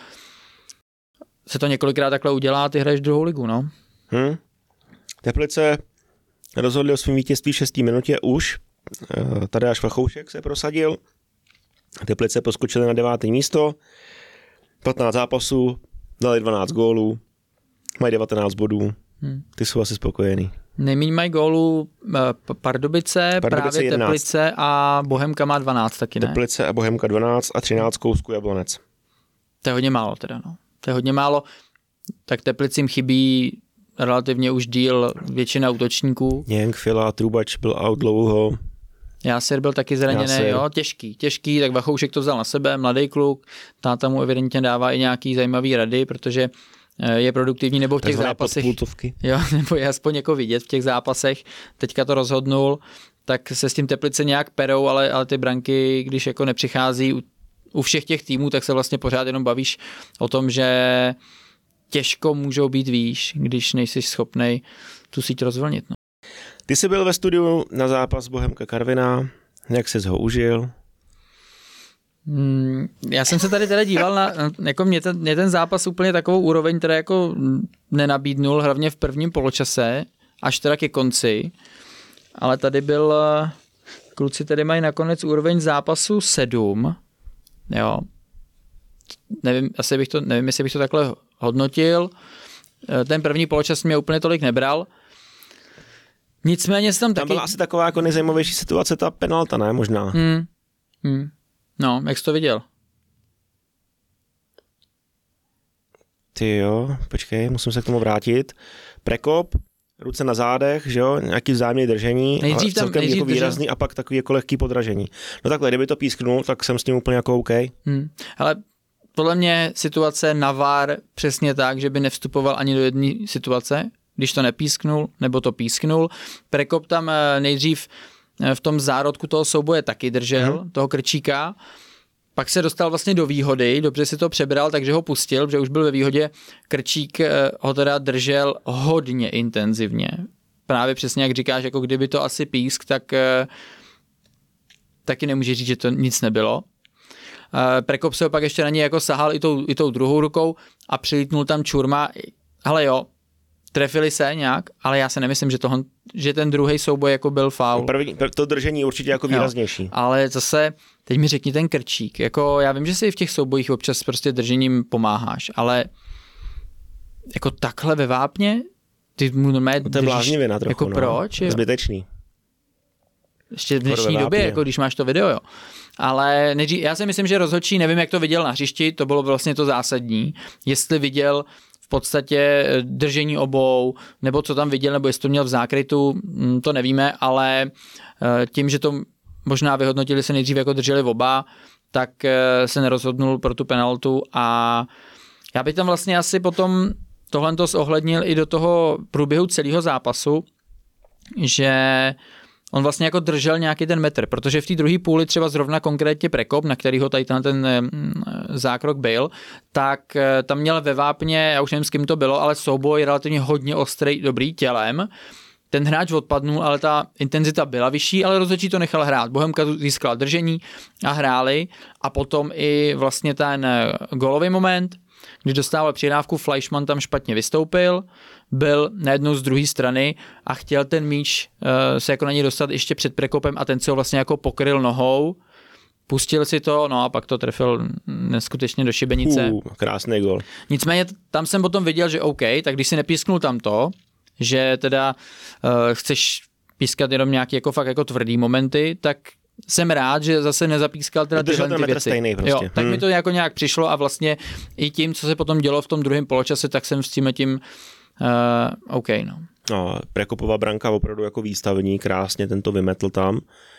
se to několikrát takhle udělá a ty hraješ druhou ligu, no. Hmm. Teplice rozhodli o svým vítězství v šestý minutě už. Tadeáš Vachoušek se prosadil. Teplice poskočili na deváté místo. patnáct zápasů, dali dvanáct gólů, mají devatenáct bodů. Hmm. Ty jsou asi spokojený. Nejméně mají gólů Pardubice, Pardubice právě jedenáct. Teplice a Bohemka má dvanáct taky, ne? Teplice a Bohemka dvanáct a třináct Kousku Jablonec. To je hodně málo teda, no. To je hodně málo. Tak Teplicím chybí relativně už díl většina útočníků. Něnk, Fila, Trubač byl out dlouho. Jásir byl taky zraněný, Jásir. Jo, těžký, těžký, tak Vachoušek to vzal na sebe, mladý kluk, táta mu evidentně dává i nějaký zajímavý rady, protože je produktivní, nebo v těch Takzvané zápasech, podpultovky. jo, nebo je aspoň jako vidět v těch zápasech, teďka to rozhodnul, tak se s tím Teplice nějak perou, ale, ale ty branky, když jako nepřichází u, u všech těch týmů, tak se vlastně pořád jenom bavíš o tom, že těžko můžou být výš, když nejsi schopnej tu síť rozvolnit. No. Ty jsi byl ve studiu na zápas Bohemka Karviná, jak jsi ho užil? Hmm, já jsem se tady teda díval na, jako mě ten, mě ten zápas úplně takovou úroveň teda jako nenabídnul, hlavně v prvním poločase, až teda ke konci, ale tady byl kluci tady mají nakonec úroveň zápasu sedm. Jo. Nevím, asi bych to, nevím, jestli bych to takhle hodnotil. Ten první poločas mě úplně tolik nebral. Nicméně se tam taky... Tam byla asi taková jako nejzajímavější situace, ta penalta, ne? Možná. Hmm. Hmm. No, jak jsi to viděl? Ty jo, počkej, musím se k tomu vrátit. Prekop, ruce na zádech, že jo, nějaký vzájemné držení, nejdřív tam, celkem nejdřív jako výrazný držel. A pak takový jako lehký podražení. No takhle, kdyby to písknul, tak jsem s tím úplně jako OK. Hmm. Ale podle mě situace na V A R přesně tak, že by nevstupoval ani do jedné situace, když to nepísknul, nebo to písknul. Prekop tam nejdřív v tom zárodku toho souboje taky držel, hmm. toho Krčíka. Pak se dostal vlastně do výhody, dobře si to přebral, takže ho pustil, protože už byl ve výhodě. Krčík ho teda držel hodně intenzivně. Právě přesně jak říkáš, jako kdyby to asi písk, tak taky nemůže říct, že to nic nebylo. Prekop se ho pak ještě na něj jako sahal i tou, i tou druhou rukou a přilítnul tam Čurma. Ale jo, trefili se nějak, ale já se nemyslím, že, toho, že ten druhý souboj jako byl faul. První, to držení je určitě jako výraznější. Jo, ale zase, teď mi řekni ten Krčík. Jako, já vím, že si v těch soubojích občas prostě držením pomáháš, ale jako takhle ve vápně, ty mu normálně to je bláznivě na trochu, jako no. proč? Jo? Zbytečný. Ještě v dnešní době, jako když máš to video, jo. Ale nejdřív, já si myslím, že rozhodčí, nevím, jak to viděl na hřišti, to bylo vlastně to zásadní. Jestli viděl v podstatě držení obou, nebo co tam viděl, nebo jestli to měl v zákrytu, to nevíme, ale tím, že to možná vyhodnotili se nejdřív jako drželi oba, tak se nerozhodnul pro tu penaltu a já bych tam vlastně asi potom tohle to zohlednil i do toho průběhu celého zápasu, že on vlastně jako držel nějaký ten metr, protože v té druhé půli třeba zrovna konkrétně Prekop, na kterýho tady ten, ten zákrok byl, tak tam měl ve vápně, já už nevím, s kým to bylo, ale souboj relativně hodně ostrý, dobrý tělem. Ten hráč odpadnul, ale ta intenzita byla vyšší, ale rozhodčí to nechal hrát. Bohemka získala držení a hráli a potom i vlastně ten gólový moment, když dostával přihrávku, Fleischmann tam špatně vystoupil, byl najednou z druhé strany a chtěl ten míč uh, se jako na něj dostat ještě před Prekopem a ten se ho vlastně jako pokryl nohou, pustil si to, no a pak to trefil neskutečně do šibenice. Uh, krásný gol. Nicméně tam jsem potom viděl, že OK, tak když si nepísknul tam to, že teda uh, chceš pískat jenom nějaký jako fakt jako tvrdý momenty, tak jsem rád, že zase nezapískal teda tyhle ty věci. Stejný prostě. Jo, tak hmm. mi to jako nějak přišlo a vlastně i tím, co se potom dělo v tom druhém poločase, tak jsem s tím tím uh, OK, no. No, Prekopova branka opravdu jako výstavní, krásně ten to vymetl tam.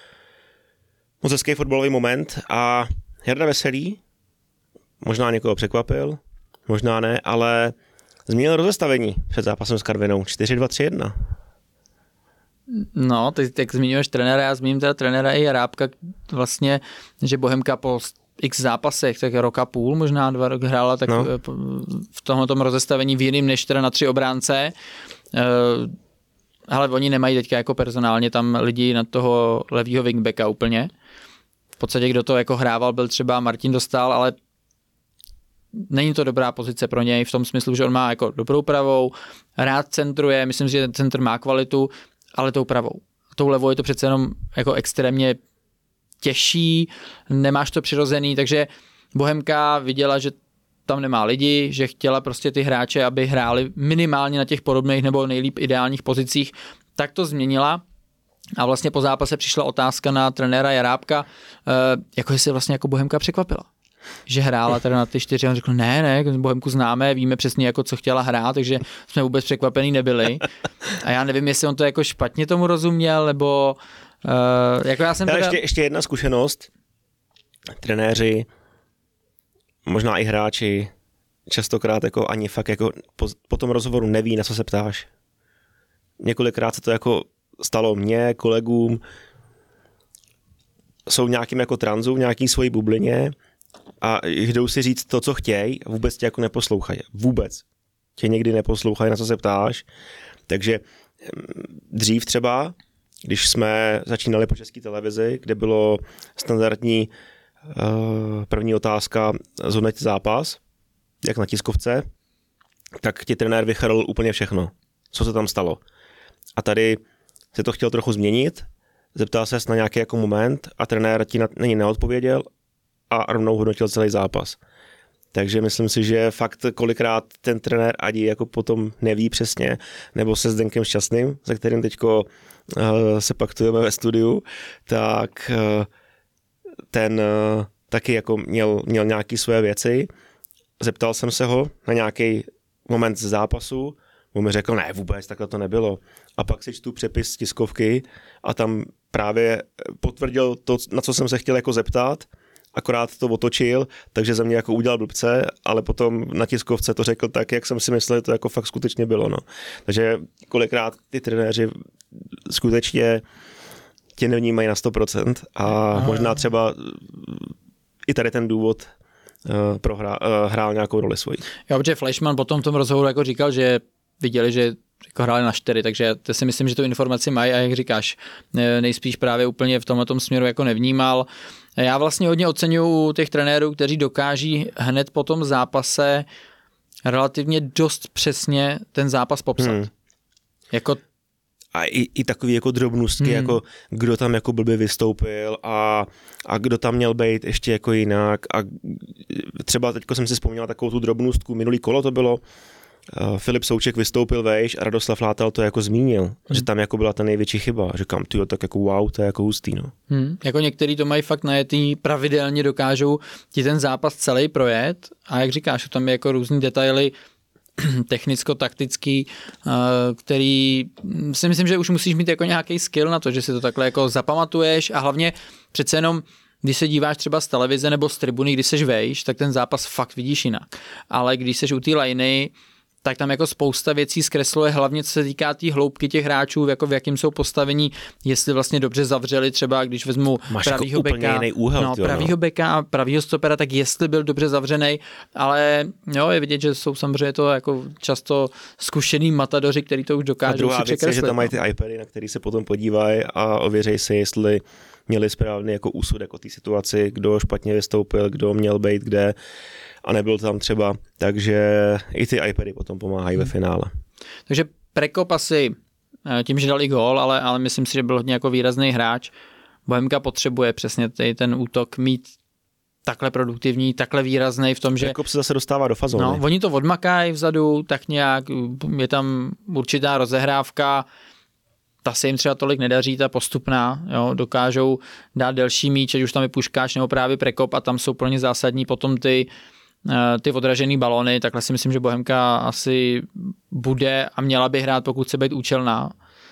Moc hezký fotbalový moment a Jarda Veselý, možná někoho překvapil, možná ne, ale změnil rozestavení před zápasem s Karvinou čtyři dva tři jedna. No, ty jak zmiňuješ trenéra, já zmíním teda trenéra i Járábka, vlastně, že Bohemka po x zápasech, tak roka půl, možná dva roky hrála, tak no. v tomhletom rozestavení v jiným než teda na tři obránce. Ale oni nemají teďka jako personálně tam lidi na toho levýho wingbacka úplně. V podstatě kdo to jako hrával, byl třeba Martin Dostál, ale není to dobrá pozice pro něj v tom smyslu, že on má jako dobrou pravou, rád centruje, myslím si, že ten centr má kvalitu, ale tou pravou. Tou levou je to přece jenom jako extrémně těžší, nemáš to přirozený, takže Bohemka viděla, že tam nemá lidi, že chtěla prostě ty hráče, aby hráli minimálně na těch podobných nebo nejlíp ideálních pozicích, tak to změnila a vlastně po zápase přišla otázka na trenéra Járábka, jako jestli vlastně jako Bohemka překvapila. Že hrála teda na ty čtyři a on řekl, ne, ne, Bohemku známe, víme přesně, jako co chtěla hrát, takže jsme vůbec překvapený nebyli. A já nevím, jestli on to jako špatně tomu rozuměl, nebo uh, jako já jsem teda... ještě, ještě jedna zkušenost. Trenéři, možná i hráči, častokrát jako ani fakt jako po, po tom rozhovoru neví, na co se ptáš. Několikrát se to jako stalo mně, kolegům, jsou v nějakým jako tranzu, v nějaký svojí bublině a jdou si říct to, co chtějí a vůbec tě jako neposlouchají. Vůbec tě někdy neposlouchají, na co se ptáš. Takže dřív třeba, když jsme začínali po České televizi, kde bylo standardní uh, první otázka zhodnotit zápas, jak na tiskovce, tak ti trenér vychrl úplně všechno, co se tam stalo. A tady se to chtěl trochu změnit, zeptal ses na nějaký jako moment a trenér ti na něj neodpověděl a rovnou hodnotil celý zápas. Takže myslím si, že fakt kolikrát ten trenér Adi jako potom neví přesně, nebo se Zdenkem Šťastným, za kterým teďko uh, se paktujeme ve studiu, tak uh, ten uh, taky jako měl, měl nějaké své věci. Zeptal jsem se ho na nějaký moment z zápasu, on mi řekl, ne, vůbec, takhle to nebylo. A pak si čtu přepis z tiskovky a tam právě potvrdil to, na co jsem se chtěl jako zeptat, akorát to otočil, takže za mě jako udělal blbce, ale potom na tiskovce to řekl tak, jak jsem si myslel, to jako fakt skutečně bylo. No. Takže kolikrát ty trenéři skutečně tě nevnímají na sto procent a Aha. možná třeba i tady ten důvod uh, prohrál, uh, hrál nějakou roli svoji. Jo, protože Fleischmann potom v tom rozhovoru jako říkal, že viděli, že jako hráli na čtyři, takže to si myslím, že tu informaci mají a jak říkáš, nejspíš právě úplně v tomhletom směru jako nevnímal. Já vlastně hodně oceňuji těch trenérů, kteří dokáží hned po tom zápase relativně dost přesně ten zápas popsat. Hmm. Jako a i, i takový jako drobnostky, hmm. jako kdo tam jako blbě vystoupil a, a kdo tam měl být ještě jako jinak. A třeba teďko jsem si vzpomněl takovou tu drobnostku, minulý kolo to bylo, Uh, Filip Souček vystoupil vejš a Radoslav Látal to jako zmínil, hmm. že tam jako byla ta největší chyba. Říkám, tyjo, tak jako wow, to je jako hustý, no. Hmm. Jako některý to mají fakt najetý, pravidelně dokážou ti ten zápas celý projet a jak říkáš, tam je jako různý detaily technicko-taktický, uh, který si myslím, že už musíš mít jako nějaký skill na to, že si to takhle jako zapamatuješ a hlavně přece jenom když se díváš třeba z televize nebo z tribuny, když seš vejš, tak ten zápas fakt vidíš jinak. Ale když seš u té liney, tak tam jako spousta věcí zkresluje, hlavně co se týká té tý hloubky těch hráčů, jako v jakým jsou postavení, jestli vlastně dobře zavřeli, třeba když vezmu Máš pravýho jako beka, úhel, no, tyjo, pravýho no. beka a pravýho stopera, tak jestli byl dobře zavřenej, ale jo, je vidět, že jsou samozřejmě to jako často zkušený matadoři, kteří to už dokážou. A druhá si věc je, že tam mají ty no. iPady, na který se potom podívají a ověřejí si, jestli měli správný jako úsudek o té situaci, kdo špatně vystoupil, kdo měl být kde a nebyl tam třeba, takže i ty iPady potom pomáhají hmm. ve finále. Takže Prekop asi tím, že dal i gól, ale, ale myslím si, že byl hodně jako výrazný hráč. Bohemka potřebuje přesně ten útok mít takhle produktivní, takhle výrazný v tom, že... Prekop se zase dostává do fazóny. No, oni to odmakají vzadu, tak nějak, je tam určitá rozehrávka, ta se jim třeba tolik nedaří, ta postupná, jo, dokážou dát delší míč, ať už tam je Puškáš nebo právě Prekop a tam jsou pro ně zásadní potom ty ty odražený balony, takhle si myslím, že Bohemka asi bude a měla by hrát, pokud chce být účelná.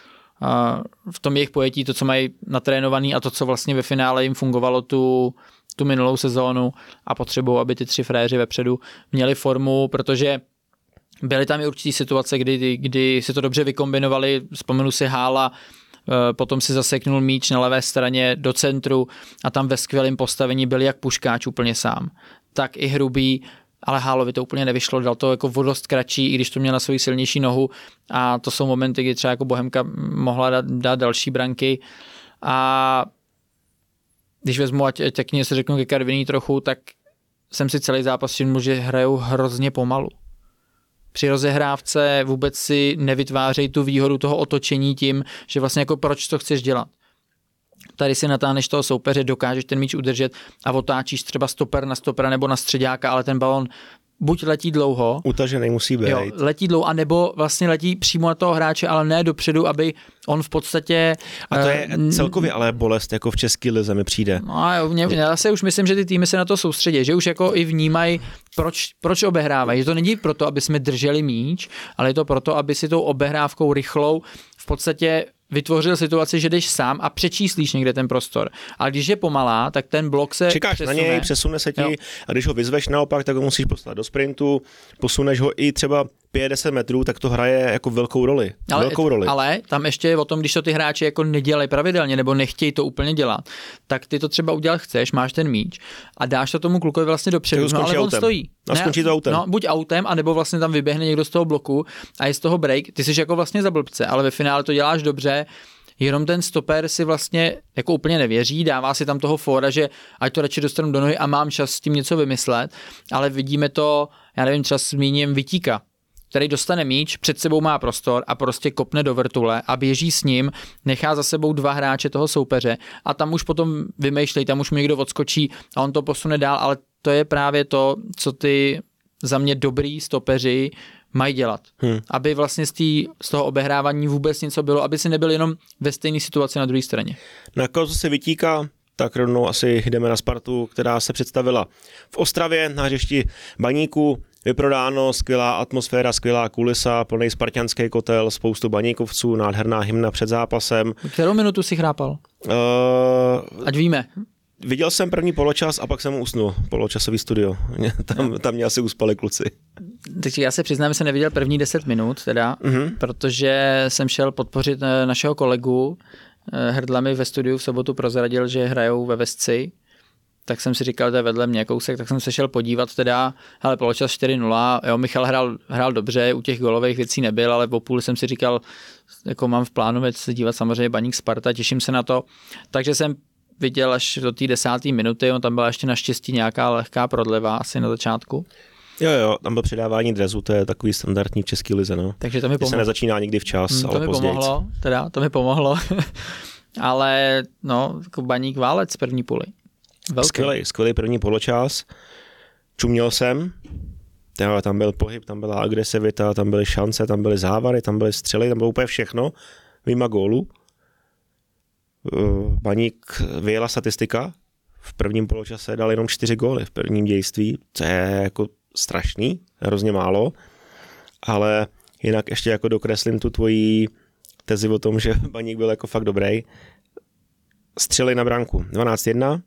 V tom jejich pojetí, to, co mají natrénovaný a to, co vlastně ve finále jim fungovalo tu, tu minulou sezónu a potřebují, aby ty tři fréři vepředu měli formu, protože byly tam i určitý situace, kdy, kdy si to dobře vykombinovali, vzpomenu si Hála, potom si zaseknul míč na levé straně do centru a tam ve skvělém postavení byl jak Puškáč úplně sám, tak i Hrubý, ale Hálovi to úplně nevyšlo, dal to jako vodost kratší, i když to měl na svoji silnější nohu a to jsou momenty, kdy třeba jako Bohemka mohla dát, dát další branky a když vezmu, ať, ať tak něco řeknu ke Karviní trochu, tak jsem si celý zápas všiml, že hrajou hrozně pomalu. Při rozehrávce vůbec si nevytvářejí tu výhodu toho otočení tím, že vlastně jako proč to chceš dělat. Tady si natáhneš toho soupeře, dokážeš ten míč udržet a otáčíš třeba stoper na stopera nebo na středáka, ale ten balon buď letí dlouho, utažený musí být. Jo, letí dlouho, anebo vlastně letí přímo na toho hráče, ale ne dopředu, aby on v podstatě... A to je uh, celkově ale bolest, jako v české lize mi přijde. No a mě, já si už myslím, že ty týmy se na to soustředí, že už jako i vnímají, proč, proč obehrávají. Že to není proto, aby jsme drželi míč, ale je to proto, aby si tou obehrávkou rychlou v podstatě vytvořil situaci, že jdeš sám a přečíslíš někde ten prostor. Ale když je pomalá, tak ten blok se čekáš přesune. na něj, přesune se ti, jo. A když ho vyzveš naopak, tak ho musíš poslat do sprintu, posuneš ho i třeba pět deset metrů, tak to hraje jako velkou roli. Ale, velkou roli. ale tam ještě je o tom, když to ty hráči jako nedělají pravidelně nebo nechtějí to úplně dělat, tak ty to třeba udělat chceš, máš ten míč a dáš to tomu klukovi vlastně dopředu, no, ale on autem. stojí. A skončí to autem. No, buď autem, anebo vlastně tam vyběhne někdo z toho bloku a je z toho break, ty jsi jako vlastně za blbce, ale ve finále to děláš dobře. Jenom ten stoper si vlastně jako úplně nevěří, dává si tam toho fóra, že ať to radši dostanu do nohy a mám čas s tím něco vymyslet, ale vidíme to, já nevím, třeba zmíním Vitíka, který dostane míč, před sebou má prostor a prostě kopne do vrtule a běží s ním, nechá za sebou dva hráče toho soupeře a tam už potom vymýšlej, tam už mu někdo odskočí a on to posune dál, ale to je právě to, co ty za mě dobrý stopeři mají dělat. Hmm. Aby vlastně z, tý, z toho obehrávání vůbec něco bylo, aby si nebyl jenom ve stejné situaci na druhé straně. Na koho se vytíká, tak rovnou asi jdeme na Spartu, která se představila v Ostravě na hřišti Baníku. Vyprodáno, skvělá atmosféra, skvělá kulisa, plný spartanský kotel, spoustu baníkovců, nádherná hymna před zápasem. Kterou minutu si chrápal? Uh, Ať víme. Viděl jsem první poločas a pak jsem usnul. Poločasový studio. Tam, tam mě asi uspali kluci. Takže já se přiznám, že jsem neviděl první deset minut, teda, uh-huh. protože jsem šel podpořit našeho kolegu. Hrdla mi ve studiu v sobotu prozradil, že hrajou ve Vesci. Tak jsem si říkal, to je vedle mě kousek, tak jsem se šel podívat teda, ale poločas čtyři nula, jo, Michal hrál, hrál dobře, u těch golových věcí nebyl, ale po půl jsem si říkal, jako mám v plánu se dívat samozřejmě Baník Sparta, těším se na to, takže jsem viděl až do té desáté minuty, on tam byla ještě naštěstí nějaká lehká prodleva asi na začátku. Jo, jo, tam bylo předávání drezu, to je takový standardní v český lize, no. Takže to mi pomohlo. Se nezačíná nikdy včas, hmm, to ale mi později. pomohlo, teda, to mi pomohlo, ale no, jako Baník válec první půli. Skvělý, skvělý první poločas. Čuměl jsem, tam byl pohyb, tam byla agresivita, tam byly šance, tam byly závary, tam byly střely, tam bylo úplně všechno, vyjma gólu. Baník vyjela statistika, v prvním poločase dal jenom čtyři góly v prvním dějství, co je jako strašný, hrozně málo, ale jinak ještě jako dokreslím tu tvoji tezi o tom, že Baník byl jako fakt dobrý. Střely na branku dvanáct jedna,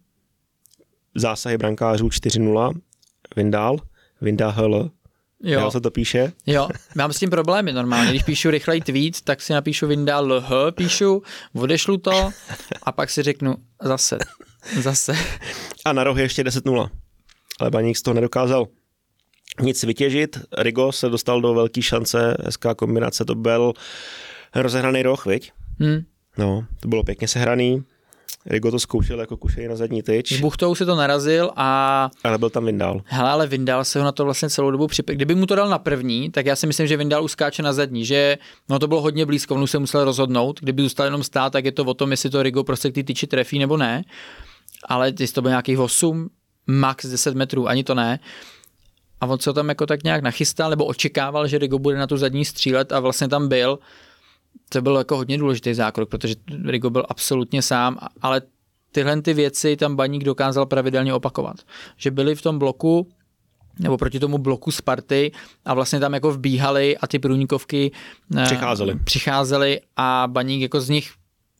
zásahy brankářů čtyři nula, Vindal, Vindahl, jo, se to píše. Jo, mám s tím problémy normálně, když píšu rychlej tweet, tak si napíšu Vindal H, píšu, odešlu to a pak si řeknu zase, zase. A na rohy ještě deset nula, ale Baník z toho nedokázal nic vytěžit, Rigo se dostal do velké šance, hezká kombinace, to byl rozehraný roh, viď? Hmm. No, to bylo pěkně sehraný. Rigo to zkoušel jako kušej na zadní tyč. S buchtou si to narazil a... Ale byl tam Vindal. Hele, ale Vindal se ho na to vlastně celou dobu připěl. Kdyby mu to dal na první, tak já si myslím, že Vindal uskáče na zadní, že no to bylo hodně blízko, on se musel rozhodnout. Kdyby zůstal jenom stát, tak je to o tom, jestli to Rigo prostě k ty tyči trefí nebo ne. Ale jestli to bylo nějakých osm, max deset metrů, ani to ne. A on se ho tam jako tak nějak nachystal, nebo očekával, že Rigo bude na tu zadní střílet a vlastně tam byl. To byl jako hodně důležitý zákrok, protože Rigo byl absolutně sám, ale tyhle ty věci tam Baník dokázal pravidelně opakovat. Že byli v tom bloku, nebo proti tomu bloku Sparty a vlastně tam jako vbíhali a ty průnikovky přicházely. přicházely a Baník jako z nich,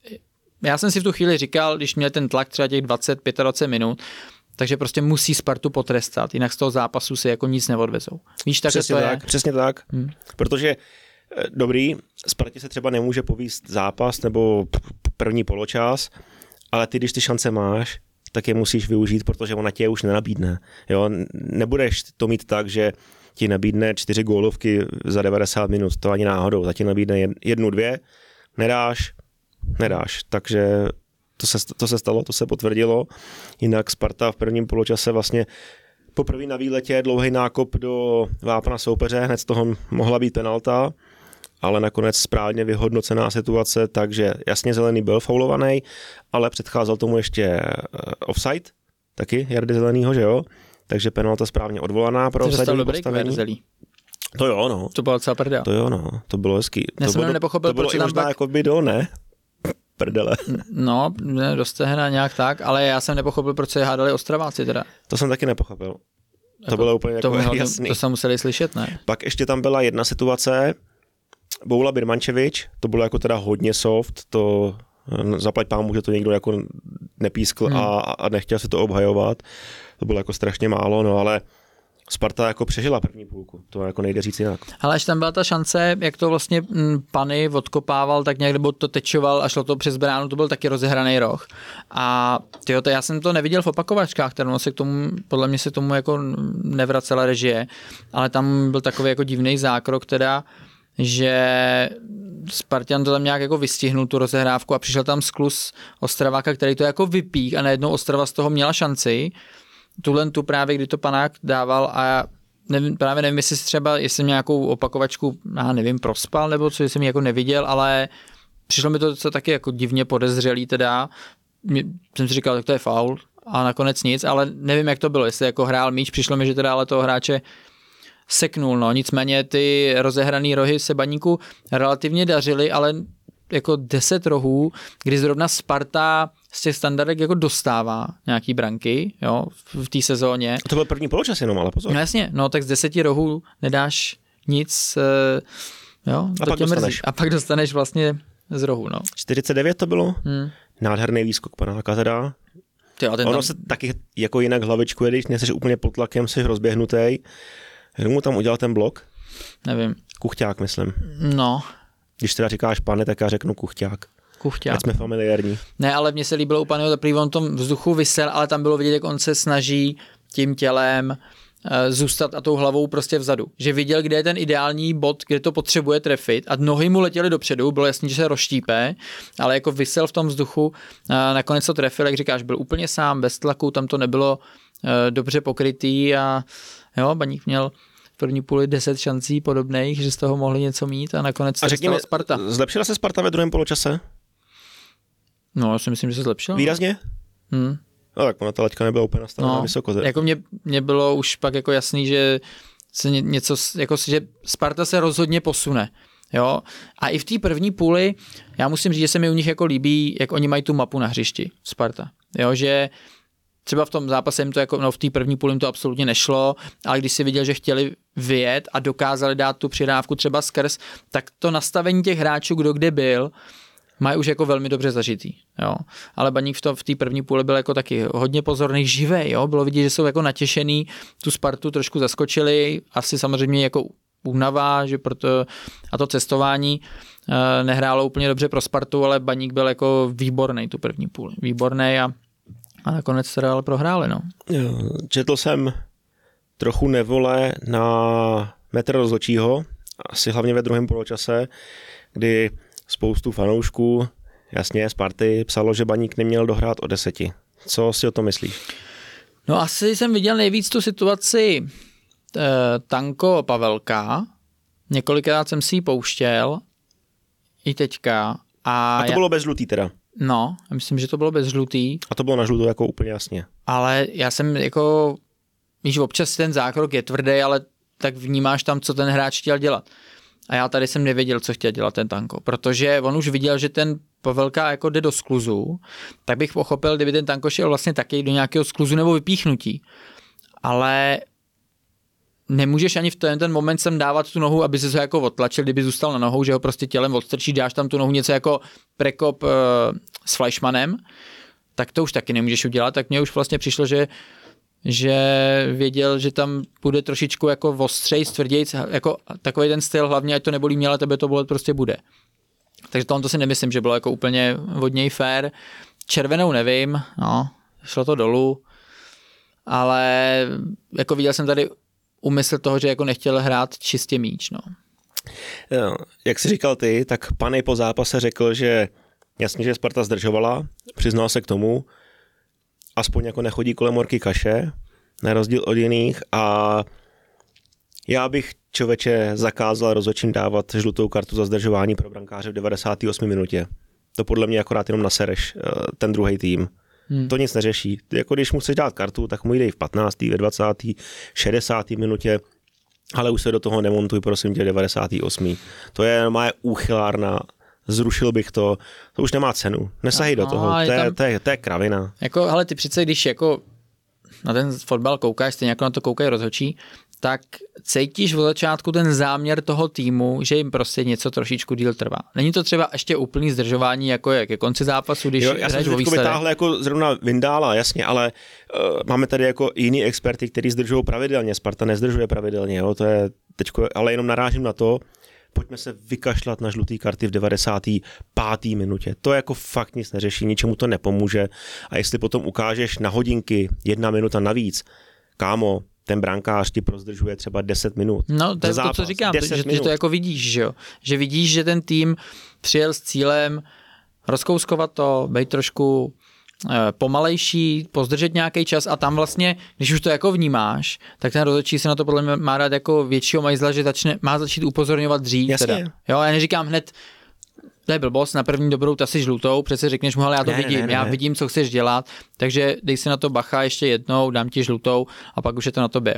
já jsem si v tu chvíli říkal, když měl ten tlak třeba těch dvacet dvacet pět minut, takže prostě musí Spartu potrestat, jinak z toho zápasu si jako nic neodvezou. Víš, tak přesně to tak, je. Přesně tak, hmm. protože dobrý, Spartě se třeba nemůže povíst zápas nebo první poločas, ale ty, když ty šance máš, tak je musíš využít, protože ona tě už nenabídne. Jo? Nebudeš to mít tak, že ti nabídne čtyři gólovky za devadesát minut, to ani náhodou, za ti nabídne jednu, dvě, nedáš, nedáš. Takže to se, to se stalo, to se potvrdilo. Jinak Sparta v prvním poločase vlastně poprvé na výletě dlouhý nákop do vápna soupeře, hned z toho mohla být penalta, ale nakonec správně vyhodnocená situace, takže jasně zelený byl faulovaný, ale předcházel tomu ještě offside, taky Jardy Zelenýho, že jo? Takže penalta správně odvolaná pro offside postavení. To jo, no. To bylo celá prdel. To jo, no. To bylo hezký. Já to jsem bylo, nepochopil, to bylo proč i tam možná pak... jako video, ne? Prdele. No, ne, do stehna nějak tak, ale já jsem nepochopil, proč se hádali Ostraváci teda. To jsem taky nepochopil. To jako, bylo úplně to jako jasný. To jsem museli slyšet, ne? Pak ještě tam byla jedna situace, Boula Birmančevič, to bylo jako teda hodně soft, to zaplať pámu, že to někdo jako nepískl hmm. a, a nechtěl se to obhajovat. To bylo jako strašně málo, no ale Sparta jako přežila první půlku, to jako nejde říct jinak. Ale až tam byla ta šance, jak to vlastně Pany odkopával, tak nějak nebo to tečoval a šlo to přes bránu, to byl taky rozehraný roh. A tyjo, to já jsem to neviděl v opakovačkách, které se k tomu, podle mě se tomu jako nevracela režie, ale tam byl takový jako divný zákrok teda, že Spartan to tam nějak jako vystihnul tu rozehrávku a přišel tam skluz Ostraváka, který to jako vypík a najednou Ostrava z toho měla šanci. Tuhle tu právě, kdy to Panák dával a nevím, právě nevím, jestli třeba, jestli jsem nějakou opakovačku, já nevím, prospal, nebo co jsem ji jako neviděl, ale přišlo mi to, co taky jako divně podezřelý teda. Mě, jsem si říkal, tak to je faul a nakonec nic, ale nevím, jak to bylo, jestli jako hrál míč, přišlo mi, že teda ale toho hráče seknul, no, nicméně ty rozehraný rohy se Baníku relativně dařily, ale jako deset rohů, kdy zrovna Sparta z těch standardek jako dostává nějaký branky, jo, v té sezóně. To byl první poločas jenom, ale pozor. No jasně, no tak z deseti rohů nedáš nic, jo, a pak dostaneš. A pak dostaneš vlastně z rohu, no. čtyřicet devět to bylo? Hmm. Nádherný výskok pana Kazeda. Ono tam... se taky jako jinak hlavičkuje, když nejseš úplně pod tlakem, jsi rozběhnutý. Kdo mu tam udělal ten blok? Nevím. Kuchťák, myslím. No. Když teda říkáš pane, tak já řeknu Kuchťák. Kuchťák. Ať jsme familiární. Ne, ale mně se líbilo u Paneho, prý on tom vzduchu visel, ale tam bylo vidět, jak on se snaží tím tělem zůstat a tou hlavou prostě vzadu. Že viděl, kde je ten ideální bod, kde to potřebuje trefit a nohy mu letěly dopředu, bylo jasný, že se rozštípe, ale jako visel v tom vzduchu, nakonec to trefil, jak říkáš, byl úplně sám, bez tlaku, tam to nebylo dobře pokrytý a jo, Baník měl v první půli deset šancí podobných, že z toho mohli něco mít a nakonec a řekněme, Sparta. Zlepšila se Sparta ve druhém poločase? No, já si myslím, že se zlepšila. Výrazně? Hmm. No tak ona ta laťka nebyla úplně nastavená no, vysoko. Jako mě, mě bylo už pak jako jasný, že se něco, jako, že Sparta se rozhodně posune. Jo? A i v té první půli, já musím říct, že se mi u nich jako líbí, jak oni mají tu mapu na hřišti, Sparta. Jo, že třeba v tom zápase jim to jako, no v té první půli jim to absolutně nešlo, ale když si viděl, že chtěli vyjet a dokázali dát tu přidávku třeba skrz, tak to nastavení těch hráčů, kdo kde byl, mají už jako velmi dobře zažitý, jo. Ale Baník v, to, v té první půli byl jako taky hodně pozorný, živej, jo. Bylo vidět, že jsou jako natěšený, tu Spartu trošku zaskočili, asi samozřejmě jako únava, že proto, a to cestování e, nehrálo úplně dobře pro Spartu, ale Baník byl jako výborný tu první půli, výborný a, a nakonec teda ale prohráli, no. Jo, četl jsem trochu nevole na metr rozhodčího, asi hlavně ve druhém poločase, kdy spoustu fanoušků, jasně Sparty, psalo, že Baník neměl dohrát o deseti. Co si o tom myslíš? No asi jsem viděl nejvíc tu situaci e, Tanko Pavelka. Několikrát jsem si ji pouštěl. I teďka. A, a to já... bylo bez žlutý teda? No, myslím, že to bylo bez žlutý. A to bylo na žlutou jako úplně jasně. Ale já jsem jako, víš, občas ten zákrok je tvrdý, ale tak vnímáš tam, co ten hráč chtěl dělat. A já tady jsem nevěděl, co chtěl dělat ten Tanko, protože on už viděl, že ten Pavelka jako jde do skluzu, tak bych pochopil, kdyby ten Tanko šel vlastně taky do nějakého skluzu nebo vypíchnutí. Ale nemůžeš ani v ten, ten moment sem dávat tu nohu, aby se ho jako odtlačil, kdyby zůstal na nohou, že ho prostě tělem odstrčí, dáš tam tu nohu něco jako prekop uh, s Fleischmannem, tak to už taky nemůžeš udělat, tak mně už vlastně přišlo, že že věděl, že tam bude trošičku jako ostřej, stvrdějc, jako takový ten styl, hlavně ať to nebolí mě, ale tebe to bolet prostě bude. Takže to on to si nemyslím, že bylo jako úplně od něj fair. Červenou nevím, no, šlo to dolů, ale jako viděl jsem tady úmysl toho, že jako nechtěl hrát čistě míč, no. Jo, jak jsi říkal ty, tak Panej po zápase řekl, že jasně, že Sparta zdržovala, přiznal se k tomu, aspoň jako nechodí kolem horký kaše, na rozdíl od jiných a já bych člověče zakázal rozhodčím dávat žlutou kartu za zdržování pro brankáře v devadesáté osmé minutě. To podle mě akorát jenom nasereš ten druhý tým. Hmm. To nic neřeší. Jako když mu chceš dát kartu, tak mu jde i v patnácté, ve dvacáté, šedesáté minutě, ale už se do toho nemontuj, prosím tě, v devadesáté osmé To je moje úchylárna. Zrušil bych to, to už nemá cenu, nesahej do toho, to je, tam, to, je, to je kravina. Jako, ale ty přece, když jako na ten fotbal koukáš, stejně jako na to koukají rozhodčí, tak cítíš od začátku ten záměr toho týmu, že jim prostě něco trošičku díl trvá. Není to třeba ještě úplný zdržování, jako je ke konci zápasu, když jo, já jsem teď vytáhl jako zrovna Vindála, jasně, ale uh, máme tady jako jiný experty, kteří zdržují pravidelně, Sparta nezdržuje pravidelně, jo, to je teďko, ale jenom narážím na to, pojďme se vykašlat na žlutý karty v devadesáté páté minutě. To jako fakt nic neřeší, ničemu to nepomůže. A jestli potom ukážeš na hodinky jedna minuta navíc, kámo, ten brankář ti prozdržuje třeba deset minut. No, to je zápas, to, co říkám, to, že, že to jako vidíš, že jo. Že vidíš, že ten tým přijel s cílem rozkouskovat to, být trošku pomalejší, pozdržet nějaký čas a tam vlastně, když už to jako vnímáš, tak ten rozhodčí se na to podle mě má dát jako většího majzla, že začne, má začít upozorňovat dřív. Jasně. Teda. Jo, já neříkám hned, to je blbost, na první dobrou ta si žlutou, přece řekneš mu, ale já to ne, vidím, ne, ne, já ne. vidím, co chceš dělat, takže dej si na to bacha ještě jednou, dám ti žlutou a pak už je to na tobě. Jo.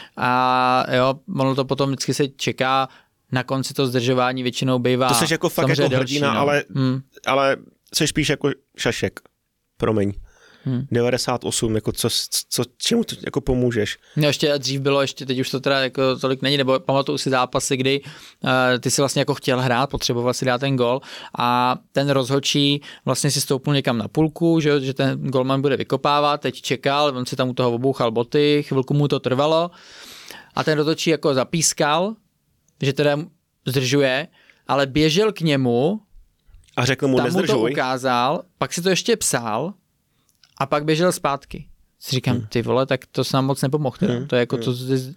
A jo, ono to potom vždycky se čeká, na konci to zdržování většinou bývá. To jsi jako fakt jako delší, hrdina, no. ale, hmm. ale jsi spíš jako šašek. Promiň. Hmm. devadesát osm, jako co, co, čemu to jako pomůžeš? No ještě dřív bylo, ještě teď už to teda jako tolik není, nebo pamatuju si zápasy, kdy uh, ty si vlastně jako chtěl hrát, potřeboval si dát ten gol a ten rozhodčí vlastně si stoupnul někam na půlku, že, že ten golman bude vykopávat, teď čekal, on si tam u toho obouchal boty, chvilku mu to trvalo a ten rozhodčí jako zapískal, že teda zdržuje, ale běžel k němu a řekl mu, tam nezdržuj. mu to ukázal, pak si to ještě psal a pak běžel zpátky. Si říkám, ty vole, tak to se nám moc nepomohl. Hmm. To je jako, to,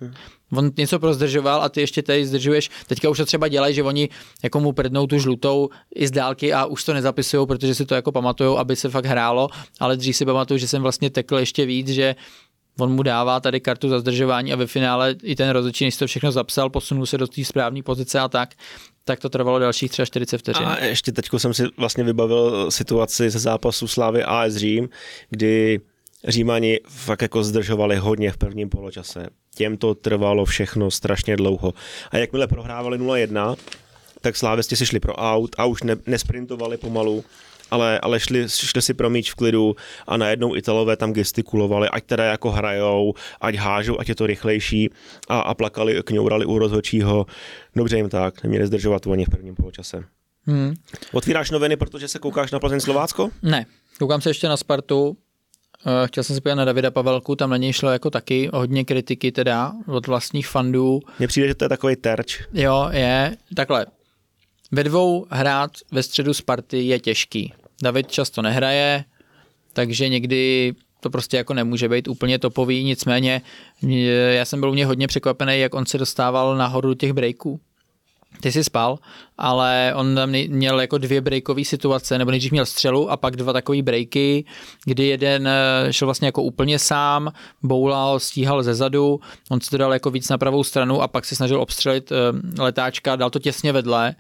on něco prozdržoval a ty ještě tady zdržuješ. Teďka už to třeba dělají, že oni jako mu prdnou tu žlutou i z dálky a už to nezapisujou, protože si to jako pamatujou, aby se fakt hrálo, ale dřív si pamatuju, že jsem vlastně tekl ještě víc, že on mu dává tady kartu za zdržování a ve finále i ten rozhodčí, než to všechno zapsal, posunul se do té správné pozice a tak, tak to trvalo dalších třeba čtyřicet vteřin. A ještě teďko jsem si vlastně vybavil situaci ze zápasu Slávy A S Řím, kdy Římani fakt jako zdržovali hodně v prvním poločase. Těm to trvalo všechno strašně dlouho. A jakmile prohrávali nula jedna, tak slávisti si šli pro aut a už ne, nesprintovali pomalu, ale, ale šli, šli si pro míč v klidu a najednou Italové tam gestikulovali, ať teda jako hrajou, ať hážou, ať je to rychlejší a, a plakali, kňourali u rozhodčího. Dobře jim tak, neměli zdržovat oni v prvním poločase. Hmm. Otvíráš noviny, protože se koukáš na Plzeň Slovácko? Ne, koukám se ještě na Spartu. Chtěl jsem se podívat na Davida Pavelku, tam na něj šlo jako taky hodně kritiky teda od vlastních fandů. Mně přijde, že to je takový terč. Jo, je. Takhle. Ve dvou hrát ve středu Sparty je těžký. David často nehraje, takže někdy to prostě jako nemůže být úplně topový, nicméně já jsem byl u něj hodně překvapený, jak on se dostával nahoru těch breaků. Ty jsi spal, ale on tam měl jako dvě breakové situace, nebo nejdřív měl střelu a pak dva takový breaky, kdy jeden šel vlastně jako úplně sám, boulal, stíhal ze zadu, on si to dal jako víc na pravou stranu a pak se snažil obstřelit letáčka, dal to těsně vedle.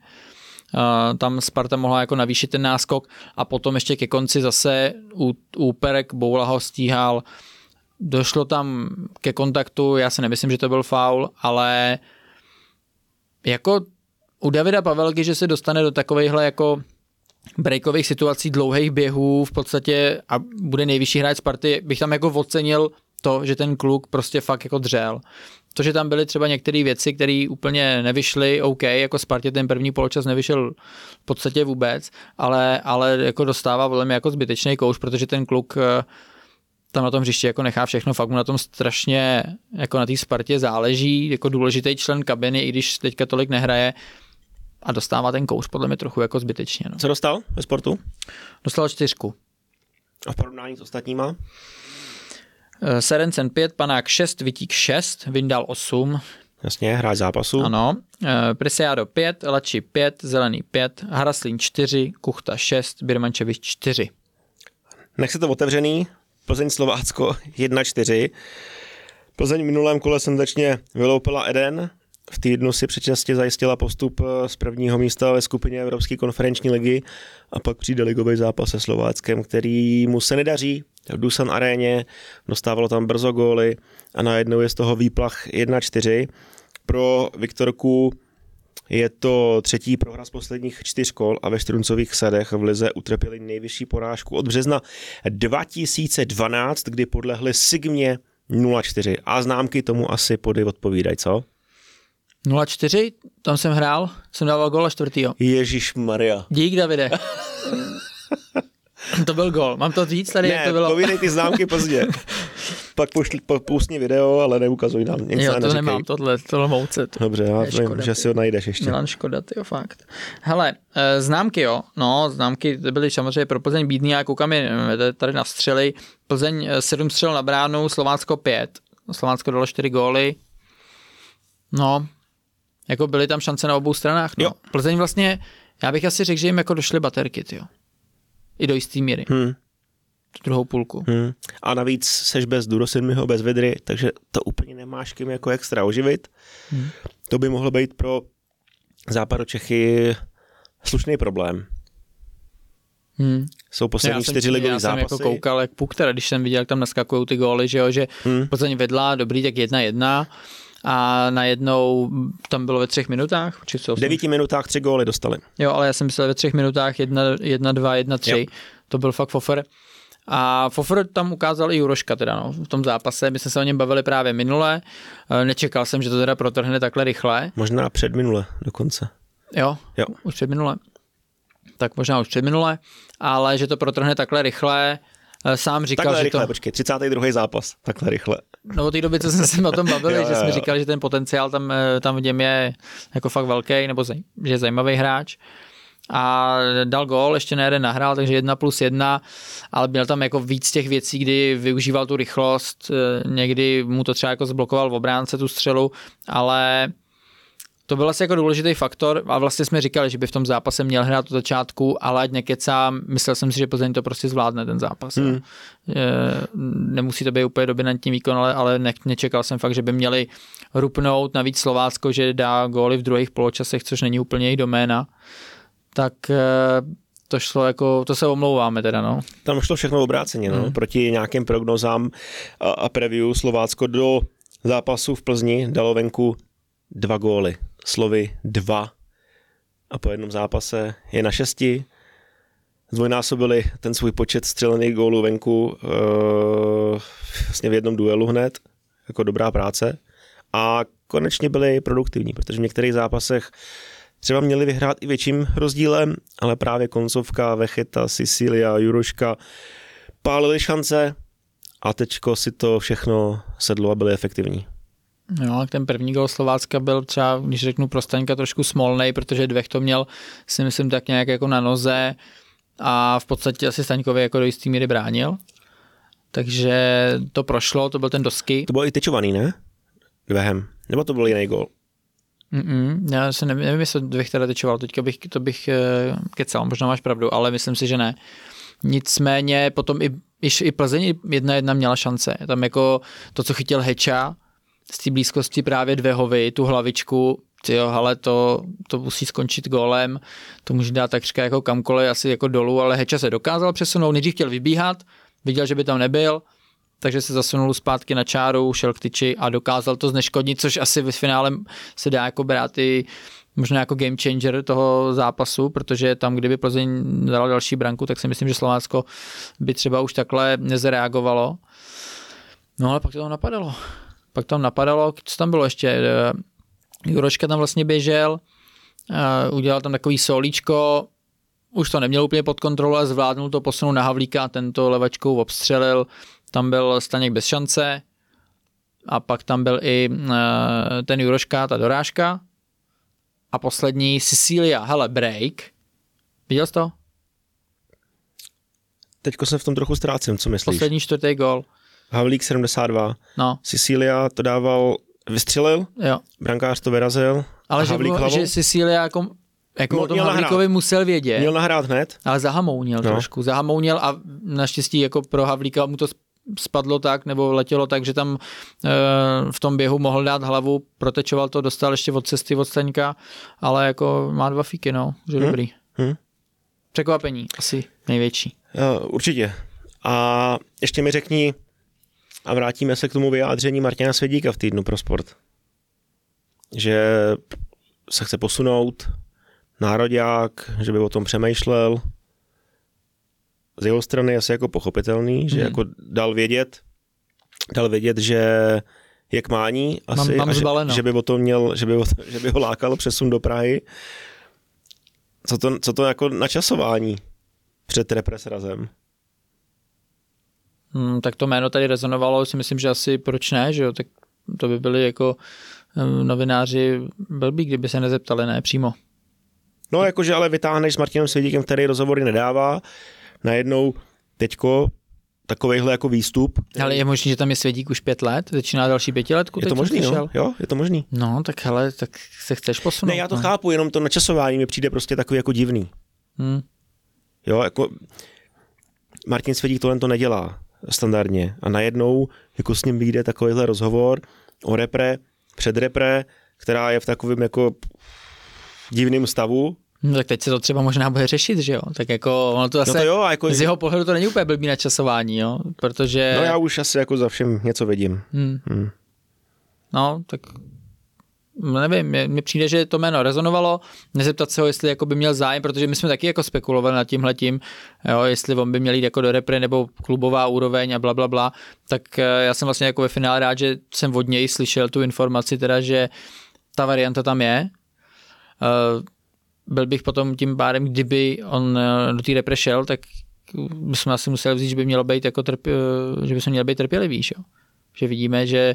Tam Sparta mohla jako navýšit ten náskok a potom ještě ke konci zase úperek boula ho stíhal. Došlo tam ke kontaktu, já si nemyslím, že to byl faul, ale jako u Davida Pavelky, že se dostane do takovejhle jako breakových situací, dlouhých běhů v podstatě a bude nejvyšší hráč Sparty, bych tam jako ocenil to, že ten kluk prostě fakt jako dřel. To, že tam byly třeba některé věci, které úplně nevyšly, OK, jako Spartě ten první poločas nevyšel v podstatě vůbec, ale, ale jako dostává podle mě jako zbytečný kouš, protože ten kluk tam na tom hřišti jako nechá všechno, fakt mu na tom strašně jako na té Spartě záleží, jako důležitý člen kabiny, i když teďka tolik nehraje a dostává ten kouš podle mě trochu jako zbytečně. No. Co dostal ve sportu? Dostal čtyřku. A v porovnání s ostatníma? Serencen pět, Panák šest, Vitík šest, Vindal osm. Jasně, hráč zápasu. Ano. Presiado pět, Lači pět, Zelený pět, Haraslín čtyři, Kuchta šest, Birmančevič čtyři. Nech se to otevřený. Plzeň Slovácko jedna čtyři. Plzeň v minulém kole senzačně vyloupila Eden. V týdnu si předčasně zajistila postup z prvního místa ve skupině Evropské konferenční ligy a pak přijde ligový zápas se Slováckem, který mu se nedaří. V Dusan aréně dostávalo tam brzo góly a najednou je z toho výplach jedna čtyři. Pro Viktorku je to třetí prohra z posledních čtyř kol a ve Štruncových sadech v lize utrpěli nejvyšší porážku od března dva tisíce dvanáct, kdy podlehli Sigmě nula čtyři. A známky tomu asi pody odpovídají, co? nula čtyři, tam jsem hrál, jsem dával góla čtvrtýho. Ježišmarja. Dík, Davide. To byl gól. Mám to říct tady, ne, jak to bylo? Ne, povídej ty známky pozdě. Pak pošli, po, pustni video, ale neukazuj nám. Nic jo, to neříkej. Nemám, tohle, tohle mouce. To. Dobře, já vím, že si ho najdeš ještě. Milan Škoda, tyjo, fakt. Hele, známky, jo. No, známky byly samozřejmě pro Plzeň bídný, já koukám je tady na střely. Plzeň sedm střel na bránu, Slovácko pět. Slovácko dalo čtyři góly. No, jako byly tam šance na obou stranách. No. Jo. Plzeň vlastně, já bych asi řekl, že jim jako došly baterky, tyjo. I do jistý míry. Hmm. tu druhou půlku. Hmm. A navíc seš bez Durosinmiho, bez Vidry, takže to úplně nemáš kým jako extra oživit. Hmm. To by mohlo být pro Západočechy slušný problém. Hmm. Jsou poslední čtyři ligový zápasy. Já jsem jako koukal, jak puk, teda, když jsem viděl, jak tam naskakují ty góly, že jo, že hmm. podstatně vedla, dobrý, tak jedna jedna a najednou tam bylo ve třech minutách. Či co, v devíti minutách tři góly dostali. Jo, ale já jsem myslel ve třech minutách jedna, jedna dva, jedna tři. Yep. To byl fakt Fofer. A Fofer tam ukázal i Juroška teda no, v tom zápase, my jsme se o něm bavili právě minule, nečekal jsem, že to teda protrhne takhle rychle. Možná před minule dokonce. Jo, jo. Už před minule. Tak možná už před minule, ale že to protrhne takhle rychle, sám říkal, takhle že rychle, to... počkej, třicátý druhý zápas, takhle rychle. No od té doby, co jsme se o tom bavili, jo, že jsme jo. říkali, že ten potenciál tam, tam v něm je jako fakt velký, nebo zaj, že je zajímavý hráč. A dal gól, ještě ne jeden nahrál, takže jedna plus jedna, ale měl tam jako víc těch věcí, kdy využíval tu rychlost, někdy mu to třeba jako zblokoval v obránce tu střelu, ale to byl asi jako důležitý faktor a vlastně jsme říkali, že by v tom zápase měl hrát od začátku, ale ať nekecá, myslel jsem si, že Plzeň to prostě zvládne ten zápas. Hmm. Nemusí to být úplně dominantní výkon, ale, ale ne, nečekal jsem fakt, že by měli rupnout, navíc Slovácko, že dá góly v druhých poločasech, což není úplně jejich doména. Tak to šlo jako, to se omlouváme teda, no. Tam šlo všechno obráceně, no. Mm. Proti nějakým prognozám a, a preview Slovácko do zápasu v Plzni dalo venku dva góly. Slovy dva. A po jednom zápase je na šesti. Zdvojnásobili ten svůj počet střelených gólů venku e, vlastně v jednom duelu hned. Jako dobrá práce. A konečně byli produktivní, protože v některých zápasech třeba měli vyhrát i větším rozdílem, ale právě koncovka, Vecheta, Sicilia, Juroška pálili šance a teďko si to všechno sedlo a byli efektivní. No, ten první gól Slovácka byl třeba, když řeknu pro Staňka, trošku smolnej, protože Dvech to měl, si myslím, tak nějak jako na noze a v podstatě asi Staňkovi jako do jistý míry bránil. Takže to prošlo, to byl ten Dosky. To bylo i tyčovaný, ne? Dvehem. Nebo to byl jiný gól? Mm-mm, já se nevím, nevím, jestli Dvech teda tečoval, teďka bych, to bych kecal, možná máš pravdu, ale myslím si, že ne. Nicméně potom i, i, i Plzeň jedna jedna měla šance. Tam jako to, co chytil Heča z té blízkosti právě Dvehovi, tu hlavičku, tyjo, ale to, to musí skončit gólem, to může dát takřka jako kamkoliv, asi jako dolů, ale Heča se dokázal přesunout, nejdřív chtěl vybíhat, viděl, že by tam nebyl, takže se zasunul zpátky na čáru, šel k tyči a dokázal to zneškodnit, což asi ve finále se dá jako brát i možná jako game changer toho zápasu, protože tam, kdyby Plzeň dala další branku, tak si myslím, že Slovácko by třeba už takhle nezareagovalo. No ale pak to tam napadalo. Pak tam napadalo, co tam bylo ještě? Juroška tam vlastně běžel, udělal tam takový solíčko, už to neměl úplně pod kontrolou a zvládnul to, posunul na Havlíka a tento levačkou obstřelil. Tam byl Staněk bez šance a pak tam byl i ten Juroška, ta dorážka a poslední Sicilia, hele, break. Viděl jsi to? Teďko se v tom trochu ztrácím, co myslíš? Poslední čtvrtý gól. Havlík sedmdesát dva. No. Sicilia to dával, vystřelil, jo. Brankář to vyrazil. Ale že, bylo, že Sicilia jako, jako no, o tom Havlíkovi musel vědět. Měl nahrát hned. Ale zahamounil no. trošku. Zahamounil a naštěstí jako pro Havlíka mu to spadlo tak, nebo letělo tak, že tam e, v tom běhu mohl dát hlavu, protečoval to, dostal ještě od cesty od Staňka, ale jako má dva fíky, no, že hmm. dobrý. Hmm. Překvapení, asi největší. Jo, určitě. A ještě mi řekni, a vrátíme se k tomu vyjádření Martina Svědíka v týdnu pro sport, že se chce posunout, nároďák, že by o tom přemýšlel. Z jeho strany asi jako pochopitelný, že hmm. jako dal vědět, dal vědět, že je k mání asi, mám, mám a že, zbaleno. že by o tom měl, že by, o, že by ho lákal přesun do Prahy. Co to, co to jako načasování před represrazem? Hmm, tak to jméno tady rezonovalo, si myslím, že asi proč ne, že jo, tak to by byli jako novináři blbí, kdyby se nezeptali, ne, přímo. No jakože ale vytáhneš s Martinem Svědíkem, který rozhovory nedává, najednou teďko takovejhle jako výstup. Který... Ale je možný, že tam je Svědík už pět let, začíná další pětiletku. Je to možný, no? Jo, je to možný. No, tak hele, tak se chceš posunout. Ne, já to no. chápu, jenom to načasování mi přijde prostě takový jako divný. Hmm. Jo, jako Martin Svědík tohle to nedělá standardně a najednou jako s ním vyjde takovýhle rozhovor o repre, před repre, která je v takovém jako divném stavu. No tak teď se to třeba možná bude řešit, že jo? Tak jako ono to zase, no to jo, jako, z jeho pohledu to není úplně blbý načasování, jo? Protože... No já už asi jako za všem něco vidím. Hmm. Hmm. No, tak nevím, mně přijde, že to jméno rezonovalo, nezeptat se ho, jestli jako by měl zájem, protože my jsme taky jako spekulovali nad tímhletím, jo, jestli on by měl jít jako do repre nebo klubová úroveň a bla, bla, bla, tak já jsem vlastně jako ve finále rád, že jsem od něj slyšel tu informaci teda, že ta varianta tam je. Byl bych potom tím pádem, kdyby on do té repre šel, tak bychom asi museli vzít, že by mělo být jako trpě, že by se měl být trpělivý, že? Že vidíme, že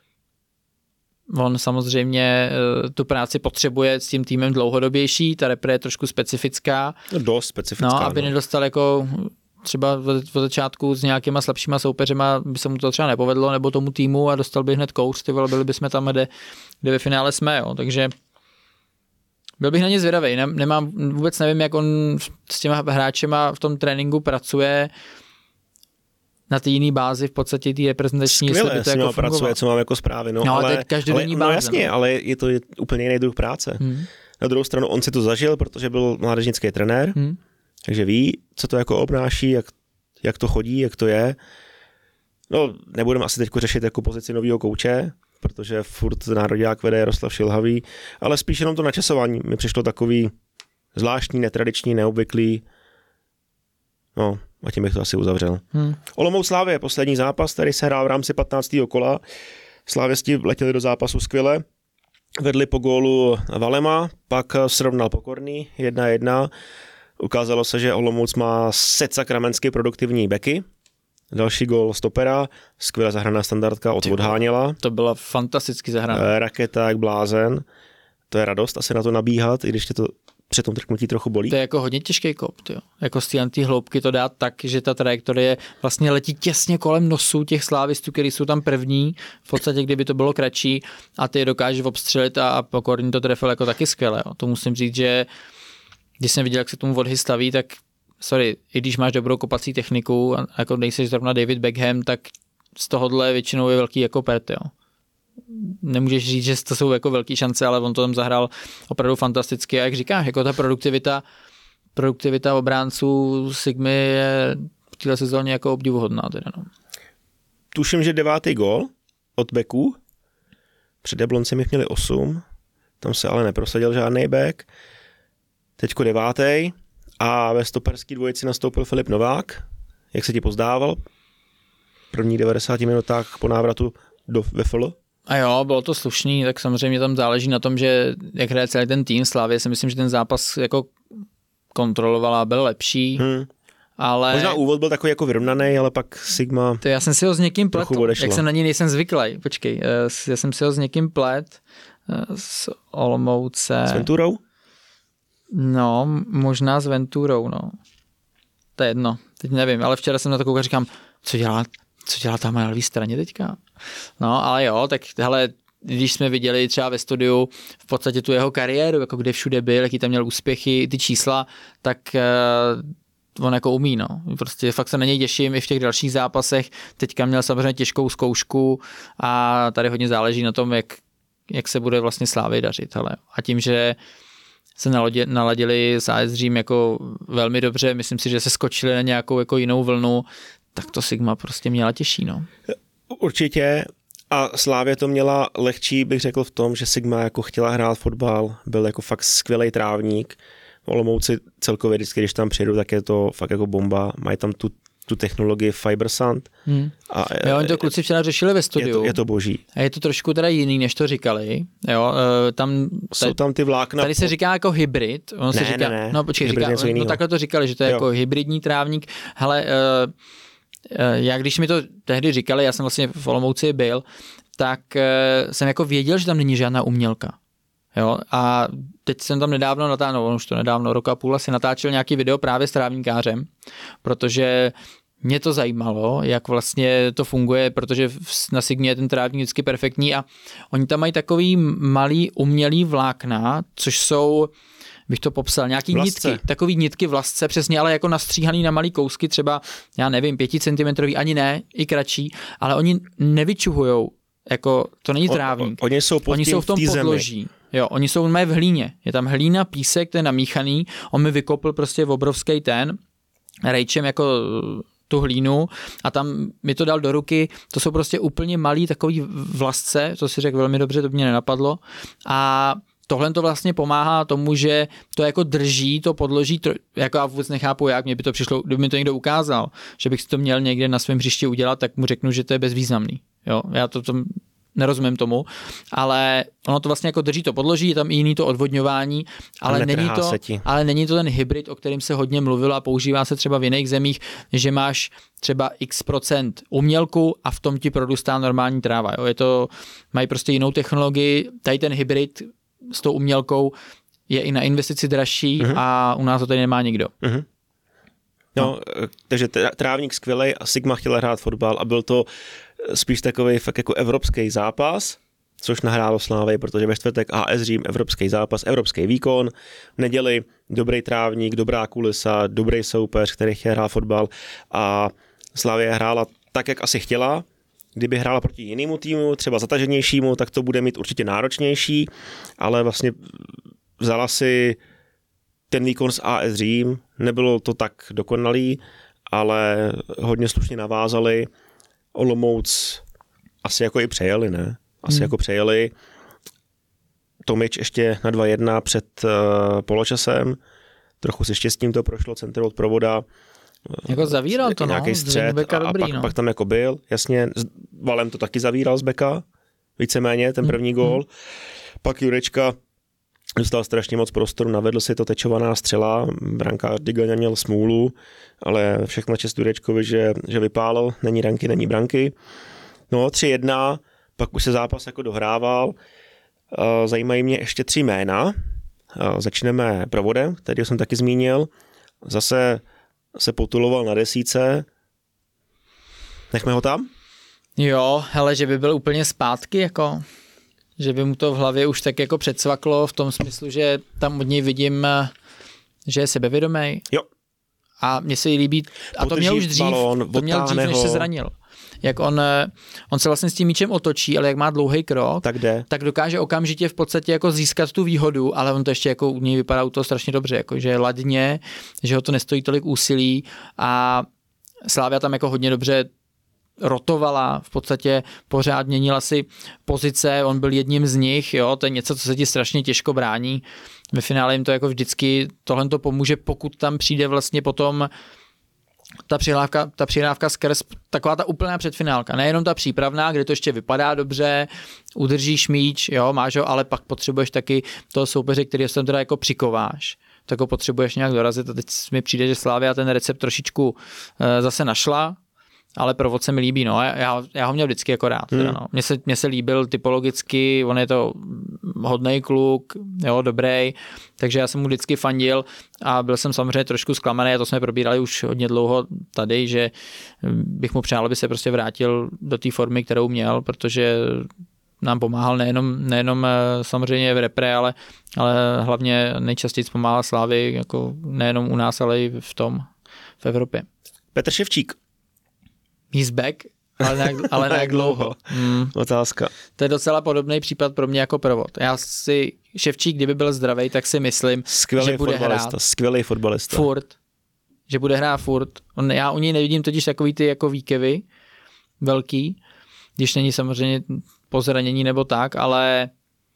on samozřejmě tu práci potřebuje s tím týmem dlouhodobější, ta repre je trošku specifická. No dost specifická. No, aby no. nedostal jako třeba od začátku s nějakýma slabšíma soupeřema by se mu to třeba nepovedlo, nebo tomu týmu a dostal by hned kouř, ty vole, byli bychom tam, kde, kde ve finále jsme, jo. Takže byl bych na ně zvědavej, nemám, vůbec nevím, jak on s těma hráčema v tom tréninku pracuje na té jiné bázi v podstatě té reprezentační. Skvěle s jako pracuje, co mám jako zprávy. No, no ale, teď každodenní báze. No jasně, no. ale je to úplně jiný druh práce. Hmm. Na druhou stranu on si to zažil, protože byl mládežnický trenér, hmm. takže ví, co to jako obnáší, jak, jak to chodí, jak to je. No, nebudeme asi teď řešit jako pozici nového kouče, protože furt nároďák vede Jaroslav Šilhavý, ale spíš jenom to načasování mi přišlo takový zvláštní, netradiční, neobvyklý. No, a tím bych to asi uzavřel. Hmm. Olomouc Slavie, poslední zápas, který se hrál v rámci patnáctého kola. Slávěsti letěli do zápasu skvěle, vedli po gólu Valema, pak srovnal Pokorný jedna jedna. Ukázalo se, že Olomouc má secakramentsky produktivní beky. Další gól stopera, skvěle zahraná standardka od Odháněla. To byla fantasticky zahraná. Raketa jak blázen. To je radost asi na to nabíhat, i když tě to při tom trknutí trochu bolí. To je jako hodně těžký kop, tyjo. Jako z té hloubky to dát tak, že ta trajektorie vlastně letí těsně kolem nosu těch slávistů, kteří jsou tam první, v podstatě kdyby to bylo kratší a ty je dokážeš obstřelit a Pokorný to trefil jako taky skvěle. Jo. To musím říct, že když jsem viděl, jak se tomu Vodhy staví, tak sorry, i když máš dobrou kopací techniku a jako nejseš zrovna David Beckham, tak z tohohle většinou je velký jako pert, jo. Nemůžeš říct, že to jsou jako velké šance, ale on to tam zahrál opravdu fantasticky a jak říkáš, jako ta produktivita produktivita obránců Sigmy je v této sezóně jako obdivuhodná teda, no. Tuším, že devátý gól od Beků, před Jabloncem jich měli osm, tam se ale neprosadil žádný back, teďko devátý a ve stoperský dvojici nastoupil Filip Novák, jak se ti pozdával, první devadesáti minutách po návratu do V F L. A jo, bylo to slušný, tak samozřejmě tam záleží na tom, že jak hraje celý ten tým Slavie, si myslím, že ten zápas jako kontrolovala, byl lepší, hmm. ale... Možná úvod byl takový jako vyrovnaný, ale pak Sigma... To já jsem si ho s někým pletl, jak jsem na ní nejsem zvyklý, počkej, já jsem si ho s někým plet s Olomouce... S Venturou? No, možná s Venturou, no. To je jedno, teď nevím, ale včera jsem na to koukal a říkám, co dělá, co dělá tam na levé straně teďka? No, ale jo, tak hele, když jsme viděli třeba ve studiu v podstatě tu jeho kariéru, jako kde všude byl, jaký tam měl úspěchy, ty čísla, tak uh, on jako umí, no. Prostě fakt se na něj těším i v těch dalších zápasech. Teďka měl samozřejmě těžkou zkoušku a tady hodně záleží na tom, jak, jak se bude vlastně Slávy dařit, hele. A tím, že se naladili s A S Řím jako velmi dobře, myslím si, že se skočili na nějakou jako jinou vlnu, tak to Sigma prostě měla těžší, no. Určitě. A Slávě to měla lehčí, bych řekl, v tom, že Sigma jako chtěla hrát fotbal, byl jako fakt skvělý trávník. V Olomouci celkově vždycky, když tam přijedu, tak je to fakt jako bomba. Mají tam tu, tu technologii FiberSand. Hmm. A jo, oni to kluci včera řešili ve studiu. Je to, je to boží. A je to trošku teda jiný, než to říkali. Jo, tam, tady, jsou tam ty vlákna. Tady se říká jako hybrid. On ne, se říká, ne, ne. No počkej, říká, no takhle to říkali, že to je jo. Jako hybridní trávník. Hele, uh, já když mi to tehdy říkali, já jsem vlastně v Olomouci byl, tak jsem jako věděl, že tam není žádná umělka. Jo? A teď jsem tam nedávno natáčel, no, už to nedávno, rok a půl asi natáčel nějaký video právě s trávníkářem, protože mě to zajímalo, jak vlastně to funguje, protože na Sigmě je ten trávník vždycky perfektní a oni tam mají takový malý umělý vlákna, což jsou bych to popsal, nějaký vlasce. nitky, takový nitky vlasce, přesně, ale jako nastříhaný na malý kousky, třeba, já nevím, pěticentimetrový, ani ne, i kratší, ale oni nevyčuhujou, jako to není trávník. O, o, oni jsou, pod oni tím jsou v tom v podloží. Zemi. Jo, oni jsou mají v hlíně. Je tam hlína, písek, ten namíchaný. On mi vykopl prostě v obrovský ten rejčem jako tu hlínu a tam mi to dal do ruky. To jsou prostě úplně malý takový vlasce, to si řekl velmi dobře, to mě nenapadlo. A tohle to vlastně pomáhá tomu, že to jako drží, to podloží, to, jako já vůbec nechápu jak, mě by to přišlo, kdyby mi to někdo ukázal, že bych si to měl někde na svém hřišti udělat, tak mu řeknu, že to je bezvýznamný. Jo, já to, to nerozumím tomu, ale ono to vlastně jako drží to podloží, je tam i jiný to odvodňování, ale není to, ale není to ten hybrid, o kterém se hodně mluvilo a používá se třeba v jiných zemích, že máš třeba x procent umělku a v tom ti produstá normální tráva. Jo. Je to, mají prostě jinou technologii, tady ten hybrid s tou umělkou je i na investici dražší uh-huh. a u nás to tady nemá nikdo. Uh-huh. No, no, takže trávník skvělej a Sigma chtěla hrát fotbal a byl to spíš takový fakt jako evropský zápas, což nahrálo Slávy, protože ve čtvrtek A S Řím, evropský zápas, evropský výkon, v neděli dobrý trávník, dobrá kulisa, dobrý soupeř, který chtěl hrát fotbal a Slavia hrála tak, jak asi chtěla. Kdyby hrála proti jinému týmu, třeba zataženějšímu, tak to bude mít určitě náročnější, ale vlastně vzala si ten výkon z A S Řím, nebylo to tak dokonalý, ale hodně slušně navázali. Olomouc asi jako i přejeli, ne? Asi hmm. jako přejeli. Tomič ještě na dva jedna před uh, poločasem. Trochu se štěstím to prošlo, centr od provoda. Jako zavíral to, nějaký no. střed a, dobrý, a pak, no. pak tam jako byl, jasně, s Valem to taky zavíral z beka, víceméně, ten první hmm. gól. Pak Jurečka dostal strašně moc prostoru, navedl si to tečovaná střela, brankář Digaňa měl smůlu, ale všechno čest Jurečkovi, že, že vypálil, není ranky, není branky. No, tři jedna, pak už se zápas jako dohrával. Zajímají mě ještě tři jména. Začneme provodem, který jsem taky zmínil. Zase se potuloval na desíce. Nechme ho tam? Jo, hele, že by byl úplně zpátky, jako, že by mu to v hlavě už tak jako předsvaklo v tom smyslu, že tam od něj vidím, že je sebevědomý. Jo. A mně se jí líbí, a to měl už dřív, balón, to měl dřív, než se zranil. Jak on, on se vlastně s tím míčem otočí, ale jak má dlouhý krok, tak, jde. tak dokáže okamžitě v podstatě jako získat tu výhodu, ale on to ještě jako u něj vypadá u toho strašně dobře, jako že je ladně, že ho to nestojí tolik úsilí a Slavia tam jako hodně dobře rotovala, v podstatě pořád měnila si pozice, on byl jedním z nich, jo, to je něco, co se ti strašně těžko brání. Ve finále jim to jako vždycky tohle to pomůže, pokud tam přijde vlastně potom ta přihrávka, ta přihrávka skrz taková ta úplná předfinálka, nejenom ta přípravná, kde to ještě vypadá dobře, udržíš míč, jo, máš ho, ale pak potřebuješ taky toho soupeře, který tam teda jako přikováš, tak ho potřebuješ nějak dorazit a teď mi přijde, že Slavia ten recept trošičku uh, zase našla, ale provod se mi líbí, no, já, já ho měl vždycky jako rád, hmm. teda, no. Mně se, mně se líbil typologicky, on je to hodnej kluk, jo, dobrý, takže já jsem mu vždycky fandil a byl jsem samozřejmě trošku zklamaný, a to jsme probírali už hodně dlouho tady, že bych mu přál, aby se prostě vrátil do té formy, kterou měl, protože nám pomáhal nejenom, nejenom samozřejmě v repre, ale, ale hlavně nejčastěji pomáhal Slávy, jako nejenom u nás, ale i v tom, v Evropě. Petr Ševčík. He's back, ale na, ale na jak dlouho. Hmm. Otázka. To je docela podobný případ pro mě jako provod. Já si, Ševčík, kdyby byl zdravý, tak si myslím, skvělý že bude hrát skvělý fotbalista. Furt. Že bude hrát furt. On, já u něj nevidím totiž takový ty jako výkyvy velký, když není samozřejmě po zranění nebo tak, ale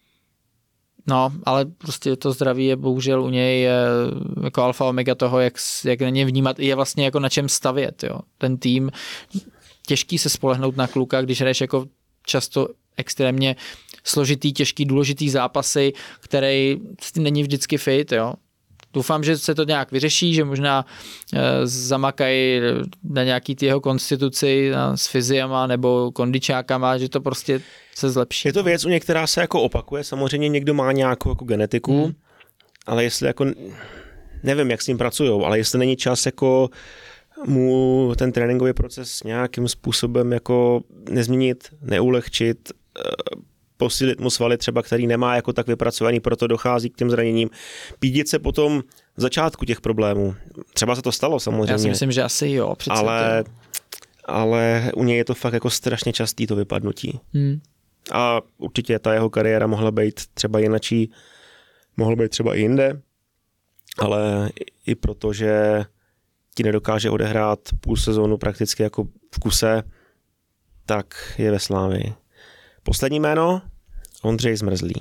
no, ale prostě to zdraví je bohužel u něj jako alfa omega toho, jak, jak na ně vnímat, je vlastně jako na čem stavět, jo. Ten tým, těžký se spolehnout na kluka, když hraješ jako často extrémně složitý, těžký, důležitý zápasy, který není vždycky fit, jo. Doufám, že se to nějak vyřeší, že možná e, zamakají na nějaký ty jeho konstituci a, s fyziama nebo kondičákama, že to prostě se zlepší. Je to věc, u některá se jako opakuje, samozřejmě někdo má nějakou jako genetiku, hmm. ale jestli jako, nevím, jak s ním pracujou, ale jestli není čas jako mu ten tréninkový proces nějakým způsobem jako nezměnit, neulehčit, posílit mu svaly třeba, který nemá jako tak vypracovaný, proto dochází k těm zraněním. Pídit se potom v začátku těch problémů. Třeba se to stalo samozřejmě. Já si myslím, že asi jo. Ale, ale u něj je to fakt jako strašně častý to vypadnutí. Hmm. A určitě ta jeho kariéra mohla být třeba jinačí, mohla být třeba i jinde, ale i proto, že ti nedokáže odehrát půl sezónu prakticky jako v kuse, tak je ve Slávii. Poslední jméno, Ondřej Zmrzlý.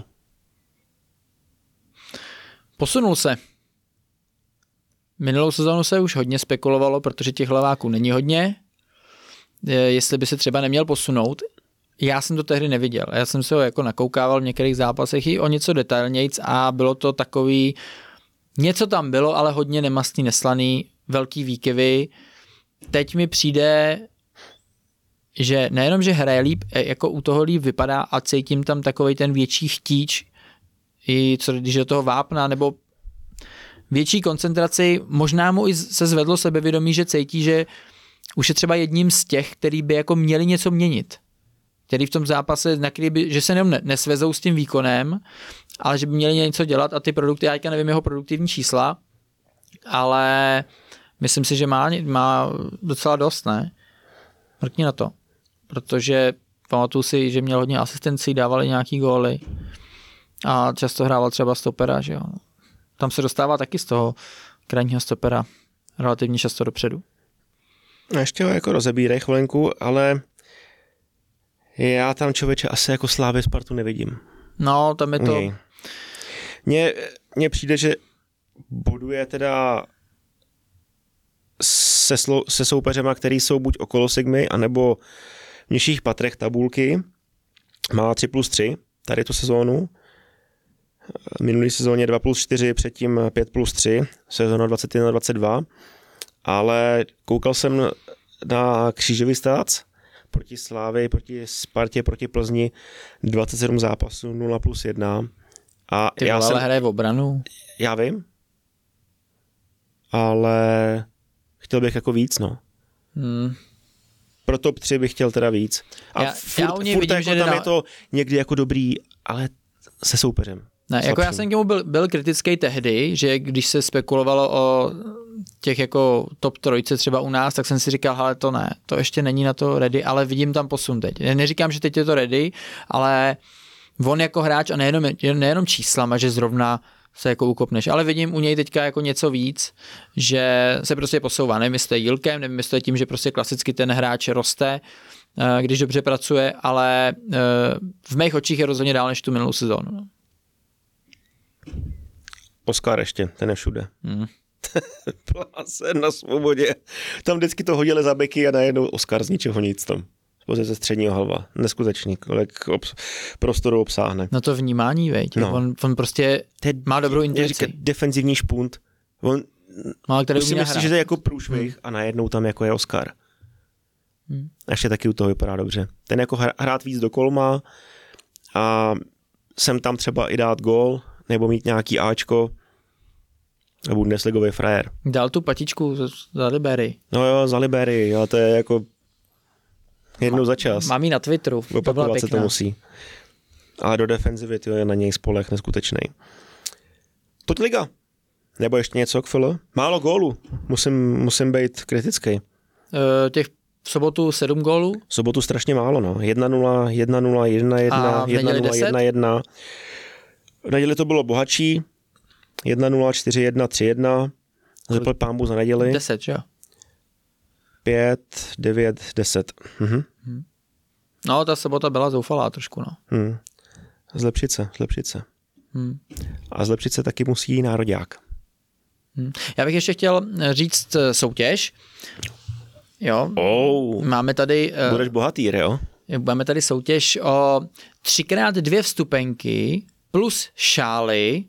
Posunul se. Minulou sezónu se už hodně spekulovalo, protože těch hlaváků není hodně. Jestli by se třeba neměl posunout. Já jsem to tehdy neviděl. Já jsem se ho jako nakoukával v některých zápasech i o něco detailnějc a bylo to takový, něco tam bylo, ale hodně nemastný, neslaný, velký výkyvy. Teď mi přijde, že nejenom, že hraje líp, jako u toho líp vypadá a cítím tam takovej ten větší chtíč, i co když do toho vápna, nebo větší koncentraci, možná mu i se zvedlo sebevědomí, že cítí, že už je třeba jedním z těch, který by jako měli něco měnit. Který v tom zápase, na který by, že se jenom nesvezou s tím výkonem, ale že by měli něco dělat a ty produkty, já teďka nevím jeho produktivní čísla, ale myslím si, že má, má docela dost, ne? Mrkni na to. Protože pamatuju si, že měl hodně asistencí, dávali nějaký góly a často hrával třeba stopera, že jo. Tam se dostává taky z toho krajního stopera relativně často dopředu. Ještě ho jako rozebírej chvilinku, ale já tam člověče asi jako Slávy Spartu nevidím. No, tam je to... Mně, mně přijde, že boduje teda se, slo, se soupeřema, který jsou buď okolo Sigmy, anebo v nižších patrech tabulky. Má tři plus tři tady tu sezónu. Minulý sezóně dva plus čtyři, předtím pět plus tři, sezóna dvacet jedna dvacet dva. Ale koukal jsem na křížový stats proti Slávy, proti Spartě, proti Plzni, dvacet sedm zápasů, nula plus jedna. A Ty já vole, jsem, ale hraje v obranu. Já vím, ale chtěl bych jako víc, no. Hmm. Pro top tři bych chtěl teda víc. A já, furt, já furt vidím, jako že tam na... je to někdy jako dobrý, ale se soupeřem. Ne, jako já jsem k němu byl, byl kritický tehdy, že když se spekulovalo o těch jako top trojce třeba u nás, tak jsem si říkal, hele to ne, to ještě není na to ready, ale vidím tam posun teď. Neříkám, že teď je to ready, ale on jako hráč a nejenom, nejenom číslama, že zrovna se jako ukopneš, ale vidím u něj teďka jako něco víc, že se prostě posouvá. Nevím, jestli to je jílkem, nevím, jestli to je tím, že prostě klasicky ten hráč roste, když dobře pracuje, ale v mých očích je rozhodně dál než tu minulou sezónu. Oskar ještě, ten je všude. Hmm. Pláse na svobodě. Tam vždycky to hodili za beky a najednou Oskar z ničeho nic tam. Z pozice středního halva. Neskutečný, kolik obs- prostoru obsáhne. No to vnímání, veď. No. On, on prostě Teď má dobrou intuici. Defenzivní špunt. On no, který si myslí, že to je jako průšvih hmm. a najednou tam jako je Oskar. Hmm. Ještě taky u toho vypadá dobře. Ten jako hrát víc do kolma a sem tam třeba i dát gól, nebo mít nějaký áčko, a Bundesligový frajer. Dal tu patičku za Liberii. No jo, za Liberii, ale to je jako jednou za čas. Mám ji na Twitteru. Opakovat se to musí. Ale do defenzivy je na něj spolech neskutečný. Toť liga. Nebo ještě něco k F L? Málo gólů. Musím, musím být kritický. Uh, těch v sobotu sedm gólů? V sobotu strašně málo, no. jedna nula, jedna nula, jedna jedna, jedna nula, jedna jedna. V neděli to bylo bohatší. jedna nula, čtyři jedna, tři jedna. Zapl pámbu za neděli. deset, jo? pět, devět, deset. Mhm. Hmm. No, ta sobota byla zoufalá trošku, no. Hmm. Zlepšit se, zlepšit se. Hmm. A zlepšit se taky musí nároďák. Hmm. Já bych ještě chtěl říct soutěž. Jo. Oh. Máme tady... Budeš bohatý, jo? Máme tady soutěž o třikrát dvě vstupenky plus šály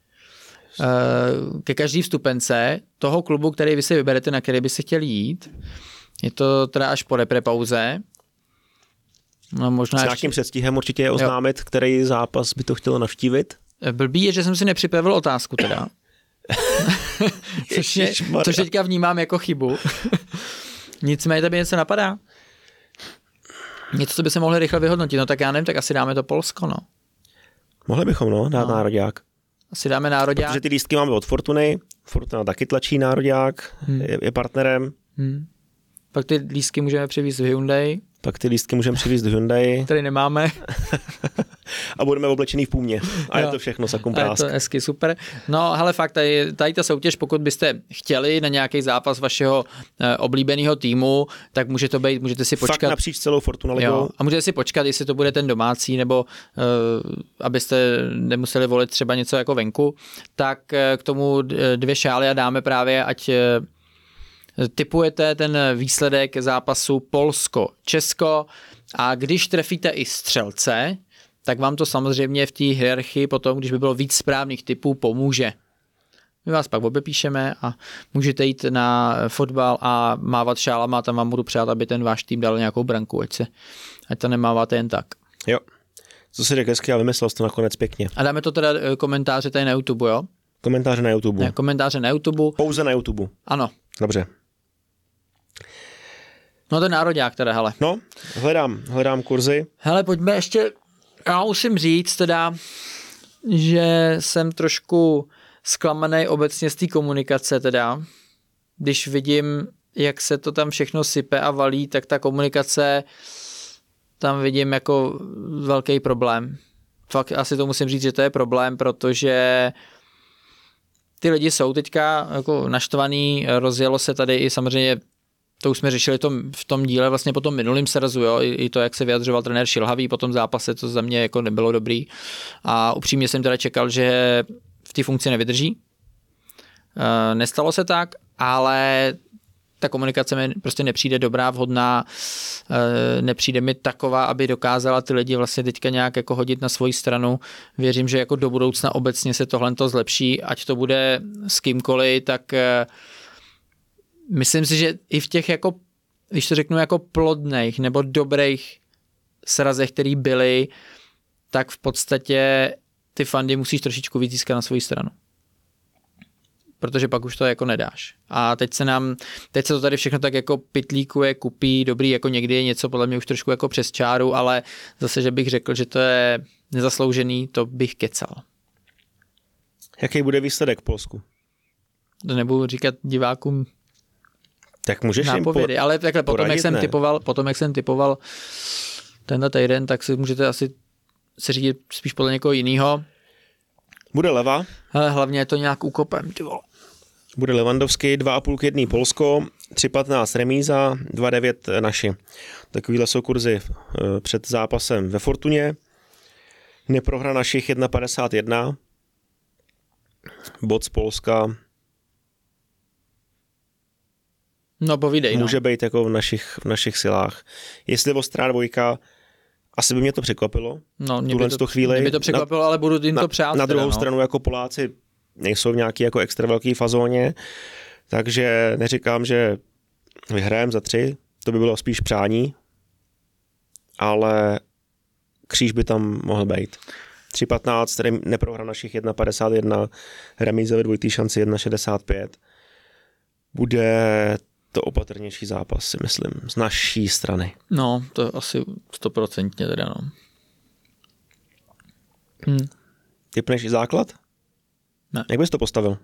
ke každý vstupence toho klubu, který vy si vyberete, na který by si chtěli jít. Je to teda až po repre pauze. No, možná s ještě... nějakým předstihem určitě je oznámit, jo. Který zápas by to chtělo navštívit. Blbý je, že jsem si nepřipravil otázku teda. což, je, což teďka vnímám jako chybu. Nicméně tebe něco napadá? Něco, co by se mohli rychle vyhodnotit, no tak já nevím, tak asi dáme to Polsko, no. Mohli bychom, no, dát no. nároďák. Asi dáme nároďák. Protože ty lístky máme od Fortuny, Fortuna taky tlačí nároďák, hmm. je, je partnerem. Hmm. Pak ty lístky můžeme přivést v Hyundai. Pak ty lístky můžeme přivést v Hyundai. Tady nemáme. A budeme oblečený v Půmě. A jo. Je to všechno, sakum prásk. Je to hezky, super. No, hele, fakt, tady, tady ta soutěž, pokud byste chtěli na nějaký zápas vašeho e, oblíbeného týmu, tak může to být, můžete si počkat. Fakt napříč celou Fortuna ligou. Jo, a můžete si počkat, jestli to bude ten domácí, nebo e, abyste nemuseli volit třeba něco jako venku, tak e, k tomu dvě šály a dáme právě, ať e, tipujete ten výsledek zápasu Polsko-Česko a když trefíte i střelce, tak vám to samozřejmě v té hierarchii potom, když by bylo víc správných typů, pomůže. My vás pak obepíšeme a můžete jít na fotbal a mávat šálama a tam vám budu přát, aby ten váš tým dal nějakou branku, ať, se, ať to nemáváte jen tak. Jo, co si řekl hezky a vymyslel jsi to nakonec pěkně. A dáme to teda komentáře tady na YouTube, jo? Komentáře na YouTube. Ne, komentáře na YouTube. Pouze na YouTube. Ano. Dobře. No ten nároďák teda, hele. No, hledám, hledám kurzy. Hele, pojďme ještě, já musím říct teda, že jsem trošku zklamaný obecně z té komunikace teda. Když vidím, jak se to tam všechno sype a valí, tak ta komunikace tam vidím jako velký problém. Fakt asi to musím říct, že to je problém, protože ty lidi jsou teďka jako naštvaný, rozjelo se tady i samozřejmě. To už jsme řešili tom, v tom díle vlastně po tom minulým srazu, jo, i, i to, jak se vyjadřoval trenér Šilhavý po tom zápase, to za mě jako nebylo dobrý. A upřímně jsem teda čekal, že v té funkci nevydrží. E, nestalo se tak, ale ta komunikace mi prostě nepřijde dobrá, vhodná, e, nepřijde mi taková, aby dokázala ty lidi vlastně teďka nějak jako hodit na svoji stranu. Věřím, že jako do budoucna obecně se tohle to zlepší, ať to bude s kýmkoliv, tak e, myslím si, že i v těch jako, když to řeknu jako plodných nebo dobrých srazech, který byly, tak v podstatě ty fandy musíš trošičku víc získat na svou stranu. Protože pak už to jako nedáš. A teď se nám, teď se to tady všechno tak jako pitlíkuje, kupí, dobrý, jako někdy je něco podle mě už trošku jako přes čáru, ale zase, že bych řekl, že to je nezasloužený, to bych kecal. Jaký bude výsledek v Polsku? To nebudu říkat divákům tak můžeš nápovědy, jim po, ale takhle potom, jak jsem typoval, potom, jak jsem typoval tenhle týden, tak si můžete asi se řídit spíš podle někoho jiného. Bude leva. Ale hlavně je to nějak úkopem, ty vole. Bude Lewandowski, dva a půl k jedný Polsko, tři patnáct remíza, dva devět naši. Takovýhle jsou kurzy před zápasem ve Fortuně. Neprohra našich jedna padesát jedna. Bod z Polska. No povídej, může no. být jako v našich, v našich silách. Jestli ostrá dvojka, asi by mě to překvapilo. No, mě by to, chvíli. mě by to překvapilo, na, ale budu jim to přát. Na druhou teda, no. stranu jako Poláci nejsou v nějaký jako extra velký fazóně, takže neříkám, že vyhrajeme za tři, to by bylo spíš přání, ale kříž by tam mohl být. tři patnáct, tedy neprohra našich jedna padesát jedna, remíza ve dvojitý šanci jedna šedesát pět. Bude to opatrnější zápas, si myslím, z naší strany. No, to asi stoprocentně teda, no. Hm. Typneš i základ? Ne. Jak bys to postavil?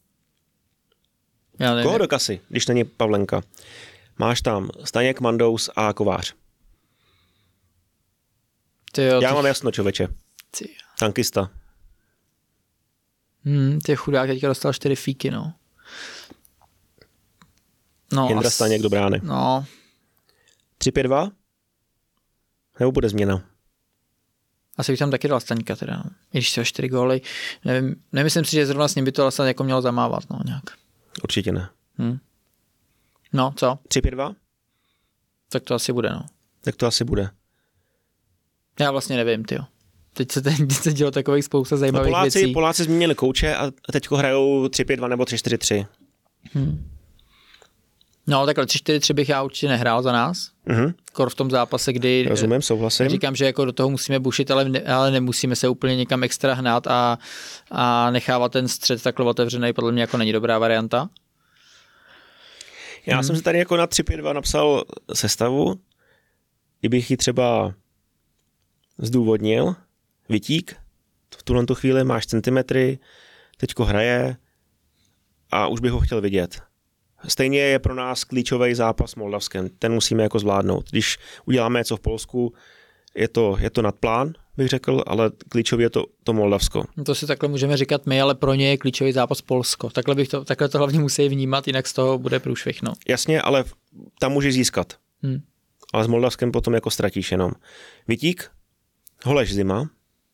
Já nevím. Koho do kasy, když není Pavlenka? Máš tam Staněk, Mandous a Kovář. Ty jo, Já ty... mám jasno, člověče. Ty... Tankista. Hmm, ty chudák teďka dostal čtyři fíky, no. No, Jindra as... Staněk do brány. No. tři pět dva? Nebo bude změna? Asi bych tam taky dal Staňka teda, no. I když jsou čtyři góly. Nevím, nemyslím si, že zrovna s ním by to vlastně jako mělo zamávat, no nějak. Určitě ne. Hmm. No, co? tři pět dva? Tak to asi bude, no. Tak to asi bude. Já vlastně nevím, tyjo. Teď se, teď se dělo takových spousta zajímavých no, Poláci, věcí. Poláci změnili kouče a teďko hrajou tři pět dva nebo tři čtyři tři. Hmm. No takhle tři čtyři tři bych já určitě nehrál za nás. Mm-hmm. Kor v tom zápase, kdy rozumím, souhlasím. Říkám, že jako do toho musíme bušit, ale, ne, ale nemusíme se úplně někam extra hnát a, a nechávat ten střed takhle otevřený, podle mě jako není dobrá varianta. Já hmm. jsem si tady jako na tři pět dva napsal sestavu. kdybych ji třeba zdůvodnil, vytík, v tuhle tu chvíli máš centimetry, teďko hraje a už bych ho chtěl vidět. Stejně je pro nás klíčový zápas s Moldavskem, ten musíme jako zvládnout. Když uděláme něco v Polsku, je to, je to nad plán, bych řekl, ale klíčový je to, to Moldavsko. To si takhle můžeme říkat my, ale pro ně je klíčový zápas Polsko. Takhle, bych to, takhle to hlavně musí vnímat, jinak z toho bude průšvih. No. Jasně, ale tam můžeš získat. Hmm. Ale s Moldavskem potom jako ztratíš jenom. Vítík, Holeš zima.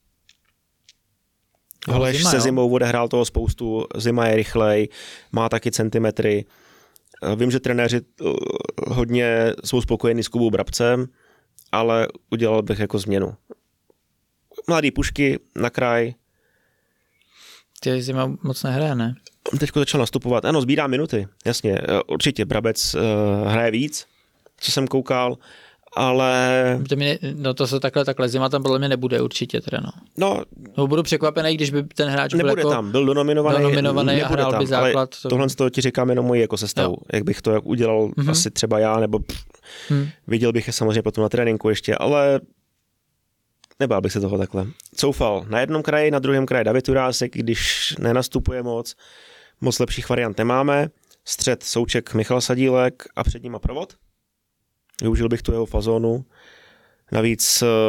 Holeš zima, se jo. Zimou odehrál toho spoustu, zima je rychlej, má taky centimetry. Vím, že trenéři hodně jsou spokojení s Kubou Brabcem, ale udělal bych jako změnu. Mladý pušky na kraj. Ty zima moc nehraje, ne? Teďko začal nastupovat. Ano, sbírá minuty, jasně. Určitě Brabec uh, hraje víc, co jsem koukal, ale... To mi, no to se takhle, takhle zima tam podle mě nebude určitě teda, no. No. no budu překvapený, když by ten hráč byl jako... tam, byl donominovaný, donominovaný a hrál tam, by základ. To... Tohle to ti říkám jenom moji jako sestavu. Jo. Jak bych to jak udělal mm-hmm. asi třeba já, nebo pff, hmm. viděl bych je samozřejmě potom na tréninku ještě, ale nebál bych se toho takhle. Coufal na jednom kraji, na druhém kraji David Jurásek, když nenastupuje moc, moc lepších variant nemáme. Střed Souček, Michal Sadílek a před nima provod. Využil bych tu jeho fazónu. Navíc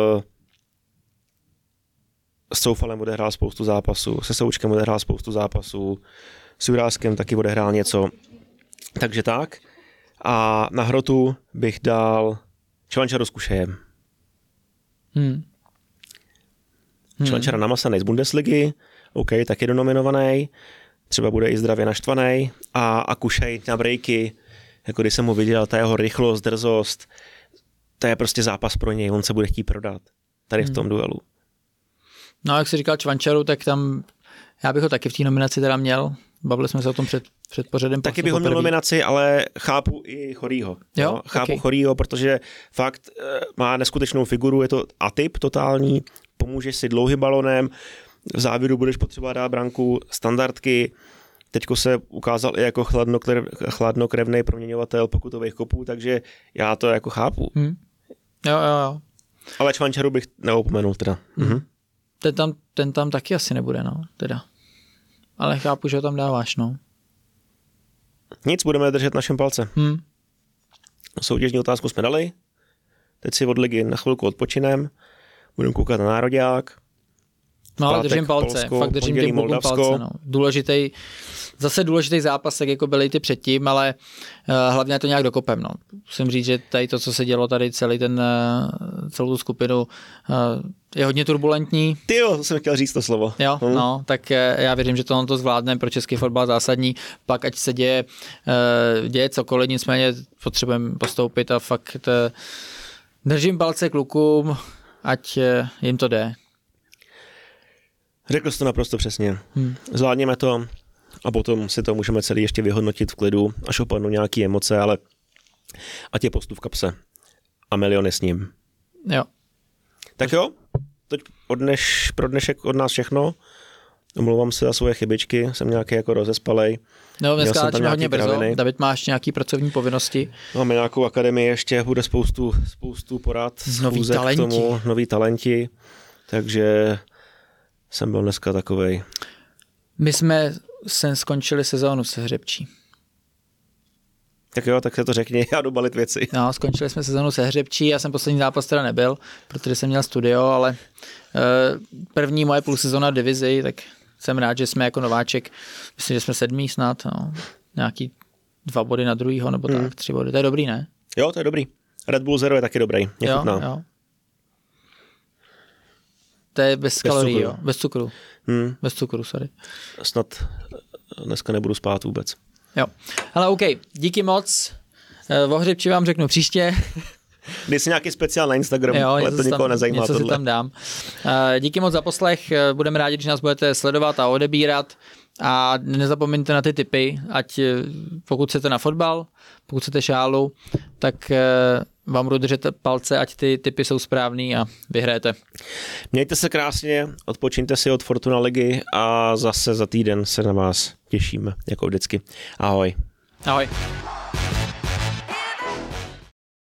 s Coufalem odehrál spoustu zápasů, se Součkem odehrál spoustu zápasů, s Juráskem taky odehrál něco. Takže tak. A na hrotu bych dal Čvančaru s Kušejem. Hmm. Hmm. Čvančara namasaný z Bundesligy, OK, taky donominovaný, třeba bude i zdravě naštvaný a, a Kušej na breaky, jako když jsem ho viděl, ta jeho rychlost, drzost, to je prostě zápas pro něj, on se bude chtít prodat tady v tom hmm. duelu. No, jak jsi říkal Čvančaru, tak tam já bych ho taky v té nominaci teda měl, bavili jsme se o tom před, před pořadem. Taky bych ho měl nominaci, ale chápu i Chorýho. Jo? No, chápu okay. Chorýho, protože fakt má neskutečnou figuru, je to atyp totální, pomůžeš si dlouhým balonem, v závěru budeš potřebovat dát branku, standardky, teďko se ukázal i jako chladnokrev, chladnokrevný proměňovatel pokutových kopů, takže já to jako chápu. Hmm. Jo, jo, jo. Ale Čvančaru bych neopomenul teda. Hmm. Mhm. Ten, tam, ten tam taky asi nebude, no, teda. Ale chápu, že ho tam dáváš, no. Nic, budeme držet našem palce. Hmm. Soutěžní otázku jsme dali, teď si od ligy na chvilku odpočinem, budeme koukat na nároďák. No ale držím palce, Polsko, fakt držím tím klubům palce. No. Důležitý, zase důležitý zápas, tak jako byly ty předtím, ale uh, hlavně to nějak dokopem. No. Musím říct, že tady to, co se dělo tady celý ten, uh, celou tu skupinu, uh, je hodně turbulentní. Ty jo, to jsem chtěl říct to slovo. Jo, hmm. no, tak uh, já věřím, že to to zvládne, pro český fotbal zásadní. Pak ať se děje, uh, děje cokoliv, nicméně potřebujeme postoupit a fakt uh, držím palce klukům, ať uh, jim to jde. Řekl jsi to naprosto přesně. Hmm. Zvládněme to a potom si to můžeme celý ještě vyhodnotit v klidu, až opadnou nějaké emoce, ale ať je postup v kapse a miliony s ním. Jo. Tak jo, teď odneš, pro dnešek od nás všechno. Omlouvám se za svoje chybičky, jsem nějaký jako rozespalej. No, dneska začneme hodně brzo. Kraviny. David, máš nějaký pracovní povinnosti? Máme nějakou akademii ještě, bude spoustu, spoustu porad, nový talenti. K tomu, noví talenti, takže jsem byl dneska takovej. My jsme sem skončili sezónu se Hřebčí. Tak jo, tak se to řekni, já jdu balit věci. No, skončili jsme sezónu se Hřebčí, já jsem poslední zápas teda nebyl, protože jsem měl studio, ale první moje půl sezóna v divizi, tak jsem rád, že jsme jako nováček, myslím, že jsme sedmý snad, no, nějaký dva body na druhýho, nebo tak, hmm. tři body, to je dobrý, ne? Jo, to je dobrý. Red Bull Zero je taky dobrý, mě chutná. Jo, jo. To je bez, bez kalorií, cukru. Jo, bez cukru. Hmm. Bez cukru, sorry. Snad dneska nebudu spát vůbec. Jo, ale OK, díky moc. O Hřebči vám řeknu příště. Dej si nějaký speciál na Instagramu, jo, ale to nikoho nezajímá. Něco tohle. si tam dám. Díky moc za poslech, budeme rádi, když nás budete sledovat a odebírat a nezapomeňte na ty tipy, ať pokud chcete na fotbal, pokud chcete šálu, tak vám budu držet palce, ať ty tipy jsou správný a vyhrajete. Mějte se krásně, odpočiňte si od Fortuna ligy a zase za týden se na vás těšíme, jako vždycky. Ahoj. Ahoj.